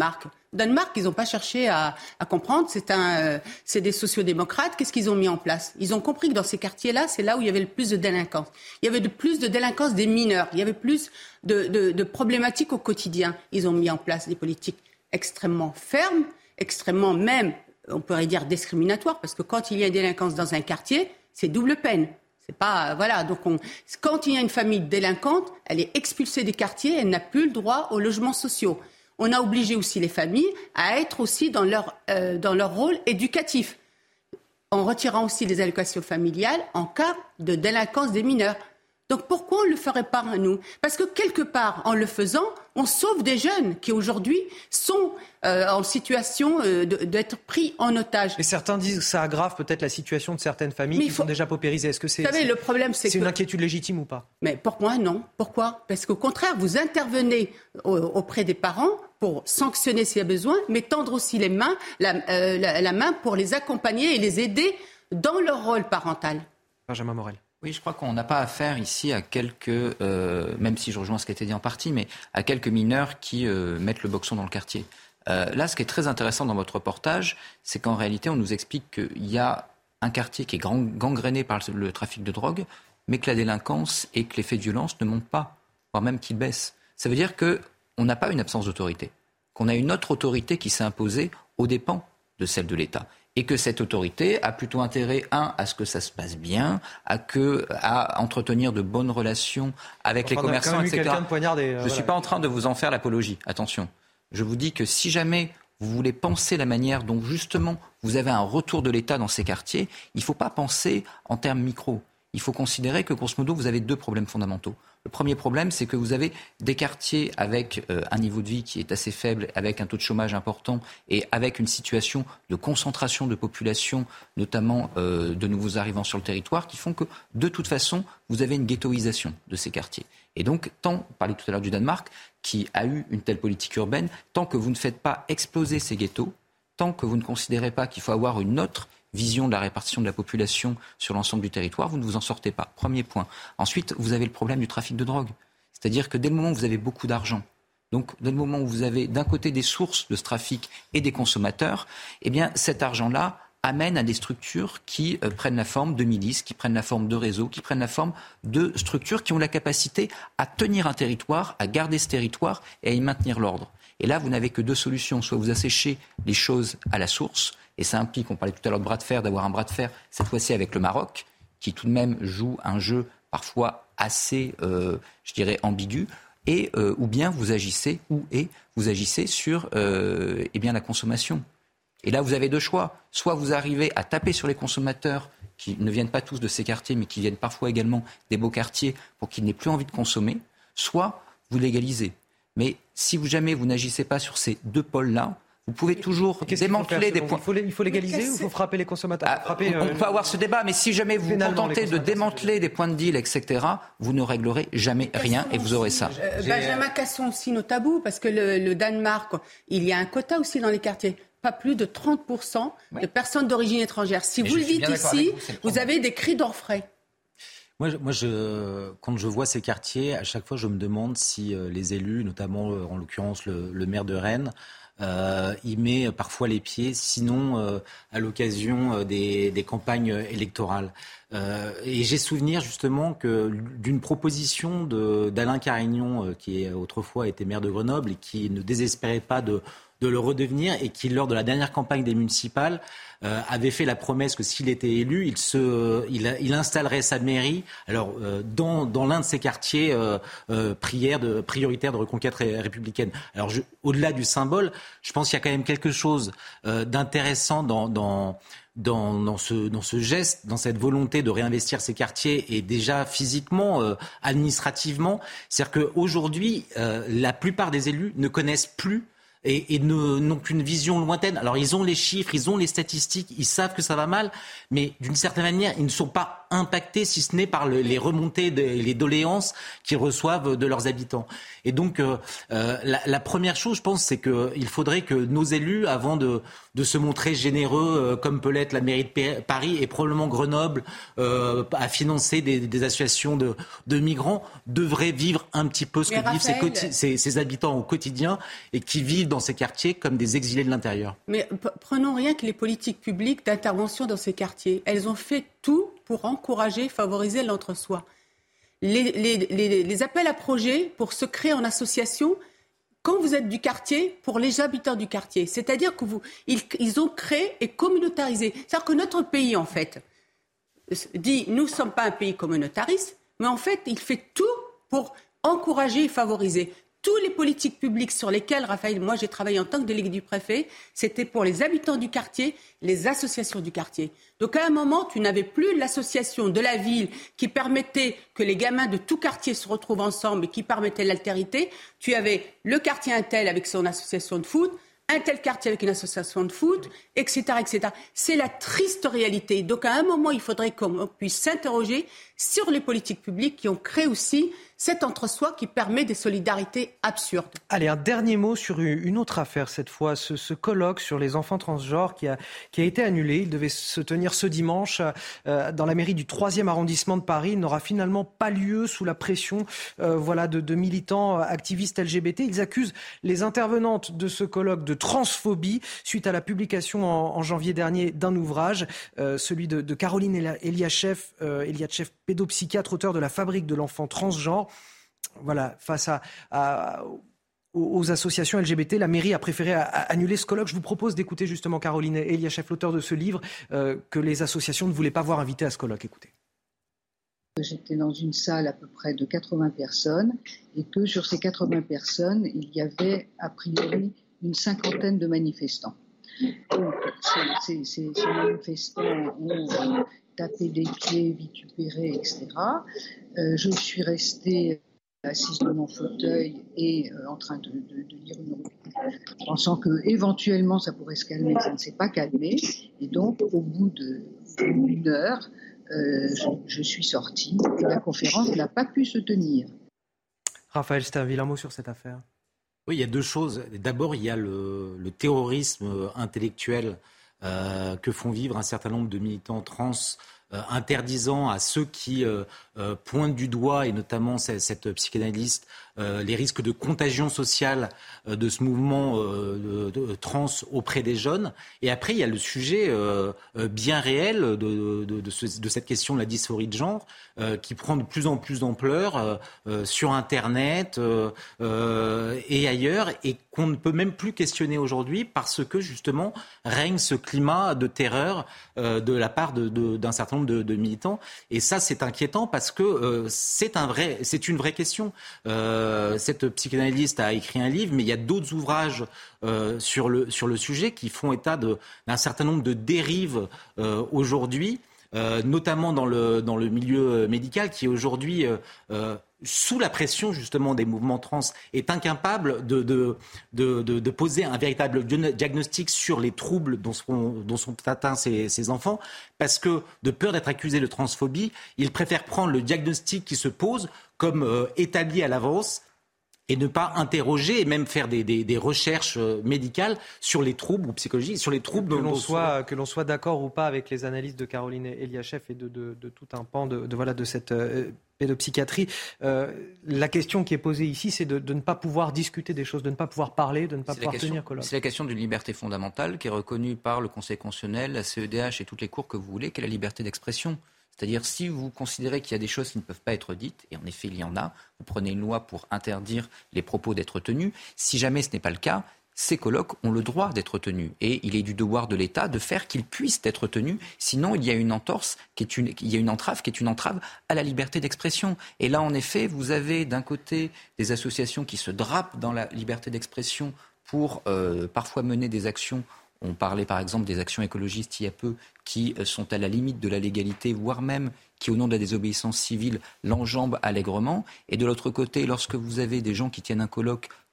Danemark, ils n'ont pas cherché à, à comprendre. C'est, un, euh, c'est des sociodémocrates. Qu'est-ce qu'ils ont mis en place ? Ils ont compris que dans ces quartiers-là, c'est là où il y avait le plus de délinquance. Il y avait de plus de délinquance des mineurs. Il y avait plus de, de, de problématiques au quotidien. Ils ont mis en place des politiques extrêmement fermes, extrêmement même, on pourrait dire discriminatoires, parce que quand il y a une délinquance dans un quartier, c'est double peine. C'est pas, voilà, donc on, quand il y a une famille délinquante, elle est expulsée des quartiers, elle n'a plus le droit aux logements sociaux. On a obligé aussi les familles à être aussi dans leur, euh, dans leur rôle éducatif, en retirant aussi les allocations familiales en cas de délinquance des mineurs. Donc pourquoi on ne le ferait pas, nous ? Parce que quelque part, en le faisant, on sauve des jeunes qui aujourd'hui sont euh, en situation euh, de, d'être pris en otage. Et certains disent que ça aggrave peut-être la situation de certaines familles qui faut... sont déjà paupérisées. Est-ce que c'est, vous savez, c'est... le problème, c'est, c'est que... une inquiétude légitime ou pas ? Mais pour moi, non. Pourquoi ? Parce qu'au contraire, vous intervenez auprès des parents pour sanctionner s'il y a besoin, mais tendre aussi les mains, la, euh, la, la main pour les accompagner et les aider dans leur rôle parental. Benjamin Morel. Oui, je crois qu'on n'a pas affaire ici à quelques, euh, même si je rejoins ce qui a été dit en partie, mais à quelques mineurs qui euh, mettent le boxon dans le quartier. Euh, là, ce qui est très intéressant dans votre reportage, c'est qu'en réalité, on nous explique qu'il y a un quartier qui est gangréné par le trafic de drogue, mais que la délinquance et que les faits de violence ne montent pas, voire même qu'ils baissent. Ça veut dire qu'on n'a pas une absence d'autorité, qu'on a une autre autorité qui s'est imposée aux dépens de celle de l'État. Et que cette autorité a plutôt intérêt, un, à ce que ça se passe bien, à, que, à entretenir de bonnes relations avec enfin, les commerçants, et cetera. Poignardé, euh, je ne voilà. suis pas en train de vous en faire l'apologie, attention. Je vous dis que si jamais vous voulez penser la manière dont justement vous avez un retour de l'État dans ces quartiers, il ne faut pas penser en termes micro. Il faut considérer que, grosso modo, vous avez deux problèmes fondamentaux. Le premier problème, c'est que vous avez des quartiers avec euh, un niveau de vie qui est assez faible, avec un taux de chômage important et avec une situation de concentration de population, notamment euh, de nouveaux arrivants sur le territoire, qui font que, de toute façon, vous avez une ghettoisation de ces quartiers. Et donc, tant, on parlait tout à l'heure du Danemark, qui a eu une telle politique urbaine, tant que vous ne faites pas exploser ces ghettos, tant que vous ne considérez pas qu'il faut avoir une autre vision de la répartition de la population sur l'ensemble du territoire, vous ne vous en sortez pas. Premier point. Ensuite, vous avez le problème du trafic de drogue. C'est-à-dire que dès le moment où vous avez beaucoup d'argent, donc dès le moment où vous avez d'un côté des sources de ce trafic et des consommateurs, eh bien cet argent-là amène à des structures qui euh, prennent la forme de milices, qui prennent la forme de réseaux, qui prennent la forme de structures qui ont la capacité à tenir un territoire, à garder ce territoire et à y maintenir l'ordre. Et là, vous n'avez que deux solutions. Soit vous asséchez les choses à la source, et ça implique, on parlait tout à l'heure de bras de fer, d'avoir un bras de fer, cette fois-ci avec le Maroc, qui tout de même joue un jeu parfois assez, euh, je dirais, ambigu, et euh, ou bien vous agissez, ou et vous agissez sur euh, eh bien, la consommation. Et là, vous avez deux choix. Soit vous arrivez à taper sur les consommateurs qui ne viennent pas tous de ces quartiers, mais qui viennent parfois également des beaux quartiers pour qu'ils n'aient plus envie de consommer, soit vous légalisez. Mais si vous, jamais vous n'agissez pas sur ces deux pôles-là, vous pouvez toujours démanteler des points. Il faut, il faut légaliser ou il faut frapper les consommateurs ah, frapper, On euh, peut avoir ce débat, mais si jamais vous vous contentez de démanteler des points de deal, et cetera, vous ne réglerez jamais rien et vous aurez ça. Euh, Benjamin, cassons aussi nos tabous, parce que le, le Danemark, il y a un quota aussi dans les quartiers. Pas plus de trente pour cent oui. de personnes d'origine étrangère. Si mais vous le dites ici, vous, vous avez des cris d'orfraie. Moi, moi je, quand je vois ces quartiers, à chaque fois, je me demande si euh, les élus, notamment euh, en l'occurrence le, le maire de Rennes, euh, y met parfois les pieds, sinon euh, à l'occasion euh, des, des campagnes électorales. Euh, et j'ai souvenir justement que d'une proposition de, d'Alain Carignon, euh, qui autrefois était maire de Grenoble et qui ne désespérait pas de de le redevenir et qui, lors de la dernière campagne des municipales, euh, avait fait la promesse que s'il était élu, il, se, il, il installerait sa mairie alors, euh, dans, dans l'un de ces quartiers euh, euh, prières de, prioritaires de reconquête ré, républicaine. Alors, je, au-delà du symbole, je pense qu'il y a quand même quelque chose euh, d'intéressant dans... dans Dans, dans, ce, dans ce geste, dans cette volonté de réinvestir ces quartiers et déjà physiquement, euh, administrativement. C'est-à-dire qu'aujourd'hui, euh, la plupart des élus ne connaissent plus et, et ne, n'ont qu'une vision lointaine. Alors ils ont les chiffres, ils ont les statistiques, ils savent que ça va mal, mais d'une certaine manière, ils ne sont pas impactés, si ce n'est par le, les remontées, de, les doléances qu'ils reçoivent de leurs habitants. Et donc, euh, euh, la, la première chose, je pense, c'est qu'il faudrait que nos élus, avant de, de se montrer généreux, euh, comme peut l'être la mairie de Paris et probablement Grenoble, euh, à financer des, des associations de, de migrants, devraient vivre un petit peu ce Mais que Raphaël... vivent ces, ces, ces habitants au quotidien et qui vivent dans ces quartiers comme des exilés de l'intérieur. Mais p- prenons rien que les politiques publiques d'intervention dans ces quartiers. Elles ont fait tout pour encourager, favoriser l'entre-soi. Les, les, les, les appels à projets pour se créer en association, quand vous êtes du quartier, pour les habitants du quartier. C'est-à-dire que vous, ils, ils ont créé et communautarisé. C'est-à-dire que notre pays, en fait, dit, nous ne sommes pas un pays communautariste, mais en fait, il fait tout pour encourager et favoriser. Tous les politiques publiques sur lesquelles, Raphaël, moi j'ai travaillé en tant que délégué du préfet, c'était pour les habitants du quartier, les associations du quartier. Donc à un moment, tu n'avais plus l'association de la ville qui permettait que les gamins de tout quartier se retrouvent ensemble et qui permettait l'altérité. Tu avais le quartier Intel avec son association de foot, un tel quartier avec une association de foot, et cetera, et cetera. C'est la triste réalité. Donc à un moment, il faudrait qu'on puisse s'interroger sur les politiques publiques qui ont créé aussi cet entre-soi qui permet des solidarités absurdes. Allez, un dernier mot sur une autre affaire cette fois, ce, ce colloque sur les enfants transgenres qui a, qui a été annulé. Il devait se tenir ce dimanche euh, dans la mairie du troisième arrondissement de Paris. Il n'aura finalement pas lieu sous la pression euh, voilà, de, de militants activistes L G B T. Ils accusent les intervenantes de ce colloque de transphobie suite à la publication en, en janvier dernier d'un ouvrage, euh, celui de, de Caroline Eliachev, euh, Eliachev, pédopsychiatre, auteur de La fabrique de l'enfant transgenre. Voilà, face à, à, aux associations L G B T, la mairie a préféré à, à annuler ce colloque. Je vous propose d'écouter justement Caroline Eliachev, l'auteur de ce livre, euh, que les associations ne voulaient pas voir invité à ce colloque. Écoutez. J'étais dans une salle à peu près de quatre-vingts personnes et que sur ces quatre-vingts personnes, il y avait a priori une cinquantaine de manifestants. Donc, ces, ces, ces manifestants ont tapé des pieds, vitupéré, et cetera. Euh, je suis restée assise dans mon fauteuil et euh, en train de, de, de lire une revue, pensant que éventuellement ça pourrait se calmer. Ça ne s'est pas calmé. Et donc, au bout d'une heure, euh, je, je suis sortie et la conférence n'a pas pu se tenir. Raphaël Steinville, un mot sur cette affaire. Oui, il y a deux choses. D'abord, il y a le, le terrorisme intellectuel euh, que font vivre un certain nombre de militants trans, euh, interdisant à ceux qui euh, euh, pointent du doigt, et notamment cette, cette psychanalyste, euh, les risques de contagion sociale euh, de ce mouvement euh, de, de, trans auprès des jeunes. Et après, il y a le sujet euh, bien réel de, de, de, ce, de cette question de la dysphorie de genre, euh, qui prend de plus en plus d'ampleur euh, euh, sur Internet euh, euh, et ailleurs, et qu'on ne peut même plus questionner aujourd'hui parce que justement règne ce climat de terreur euh, de la part de, de, d'un certain nombre de, de militants. Et ça, c'est inquiétant parce que euh, c'est, un vrai, c'est une vraie question. Euh, cette psychanalyste a écrit un livre, mais il y a d'autres ouvrages euh, sur, le, sur le sujet qui font état de, d'un certain nombre de dérives euh, aujourd'hui, euh, notamment dans le, dans le milieu médical, qui aujourd'hui... Euh, euh, sous la pression justement des mouvements trans, est incapable de, de, de, de, de poser un véritable diagnostic sur les troubles dont sont, dont sont atteints ces, ces enfants, parce que de peur d'être accusés de transphobie, ils préfèrent prendre le diagnostic qui se pose comme euh, établi à l'avance et ne pas interroger et même faire des, des, des recherches médicales sur les troubles ou psychologiques, sur les troubles... Que dont, l'on dont soit, que l'on soit d'accord ou pas avec les analyses de Caroline Eliachev et de, de, de tout un pan de, de, voilà, de cette euh, pédopsychiatrie, euh, la question qui est posée ici, c'est de, de ne pas pouvoir discuter des choses, de ne pas pouvoir parler, de ne pas c'est pouvoir question, tenir colloque. C'est la question d'une liberté fondamentale qui est reconnue par le Conseil constitutionnel, la C E D H et toutes les cours que vous voulez, qui est la liberté d'expression. C'est-à-dire, si vous considérez qu'il y a des choses qui ne peuvent pas être dites, et en effet, il y en a, vous prenez une loi pour interdire les propos d'être tenus. Si jamais ce n'est pas le cas, ces colloques ont le droit d'être tenus. Et il est du devoir de l'État de faire qu'ils puissent être tenus. Sinon, il y a une entorse, qui est une, il y a une entrave qui est une entrave à la liberté d'expression. Et là, en effet, vous avez d'un côté des associations qui se drapent dans la liberté d'expression pour euh, parfois mener des actions. On parlait par exemple des actions écologistes il y a peu qui sont à la limite de la légalité, voire même qui, au nom de la désobéissance civile, l'enjambent allègrement. Et de l'autre côté, lorsque vous avez des gens qui tiennent un colloque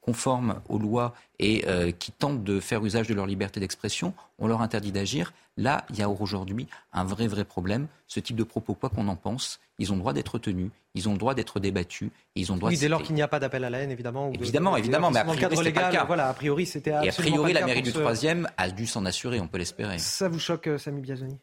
conformes aux lois et euh, qui tentent de faire usage de leur liberté d'expression, on leur interdit d'agir. Là, il y a aujourd'hui un vrai, vrai problème. Ce type de propos, quoi qu'on en pense, ils ont le droit d'être tenus, ils ont le droit d'être débattus, et ils ont le droit oui, de dès lors qu'il n'y a pas d'appel à la haine, évidemment. Ou de, évidemment, de, évidemment, mais a priori, cadre c'était légal, pas le cas. Voilà, a priori, c'était absolument Et a priori, pas la le cas mairie du ce... troisième a dû s'en assurer, on peut l'espérer. Ça vous choque, Samy Biazoni?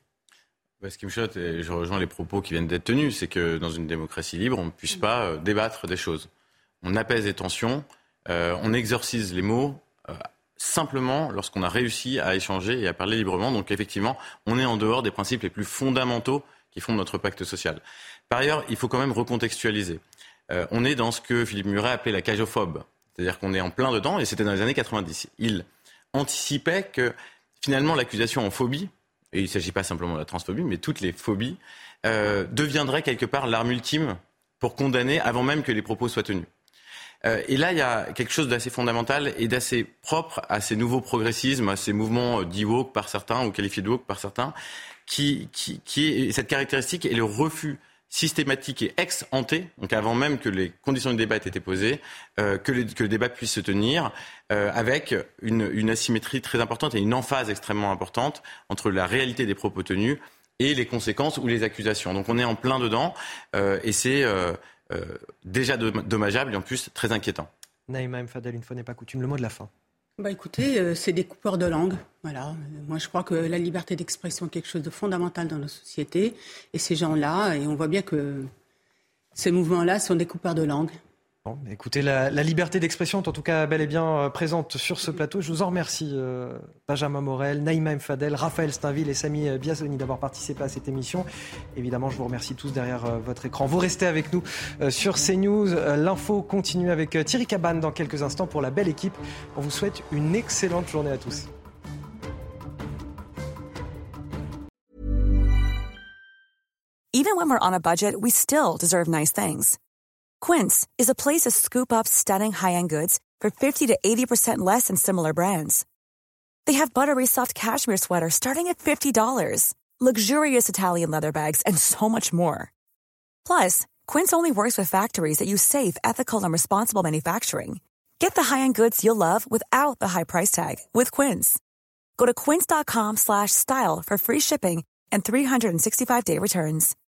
Ce qui me choque, et je rejoins les propos qui viennent d'être tenus, c'est que dans une démocratie libre, on ne puisse pas euh, débattre des choses. On apaise les tensions, euh, on exorcise les mots euh, simplement lorsqu'on a réussi à échanger et à parler librement. Donc effectivement, on est en dehors des principes les plus fondamentaux qui fondent notre pacte social. Par ailleurs, il faut quand même recontextualiser. Euh, on est dans ce que Philippe Muret appelait la cagophobe. C'est-à-dire qu'on est en plein dedans, et c'était dans les années quatre-vingt-dix. Il anticipait que finalement l'accusation en phobie, et il ne s'agit pas simplement de la transphobie, mais toutes les phobies, euh, deviendraient quelque part l'arme ultime pour condamner avant même que les propos soient tenus. Euh, et là, il y a quelque chose d'assez fondamental et d'assez propre à ces nouveaux progressismes, à ces mouvements dits woke par certains ou qualifiés de woke par certains, qui, qui, qui est cette caractéristique est le refus systématique et ex ante, donc avant même que les conditions du débat aient été posées, euh, que, les, que le débat puisse se tenir, euh, avec une, une asymétrie très importante et une emphase extrêmement importante entre la réalité des propos tenus et les conséquences ou les accusations. Donc on est en plein dedans, euh, et c'est euh, euh, déjà dommageable et en plus très inquiétant. Naïma M. Fadel, une fois n'est pas coutume, le mot de la fin. Bah écoutez, euh, c'est des coupeurs de langue. Voilà. Moi, je crois que la liberté d'expression est quelque chose de fondamental dans nos sociétés. Et ces gens-là, et on voit bien que ces mouvements-là sont des coupeurs de langue. Bon, écoutez, la, la liberté d'expression est en tout cas bel et bien euh, présente sur ce plateau. Je vous en remercie, euh, Benjamin Morel, Naïma M. Fadel, Raphaël Steinville et Samy Biazoni d'avoir participé à cette émission. Évidemment, je vous remercie tous derrière euh, votre écran. Vous restez avec nous euh, sur CNews. Euh, l'info continue avec euh, Thierry Cabane dans quelques instants pour la belle équipe. On vous souhaite une excellente journée à tous. Even when we're on a budget, we still deserve nice things. Quince is a place to scoop up stunning high-end goods for fifty to eighty percent less than similar brands. They have buttery soft cashmere sweaters starting at fifty dollars, luxurious Italian leather bags, and so much more. Plus, Quince only works with factories that use safe, ethical, and responsible manufacturing. Get the high-end goods you'll love without the high price tag with Quince. Go to quince.com slash style for free shipping and three sixty-five day returns.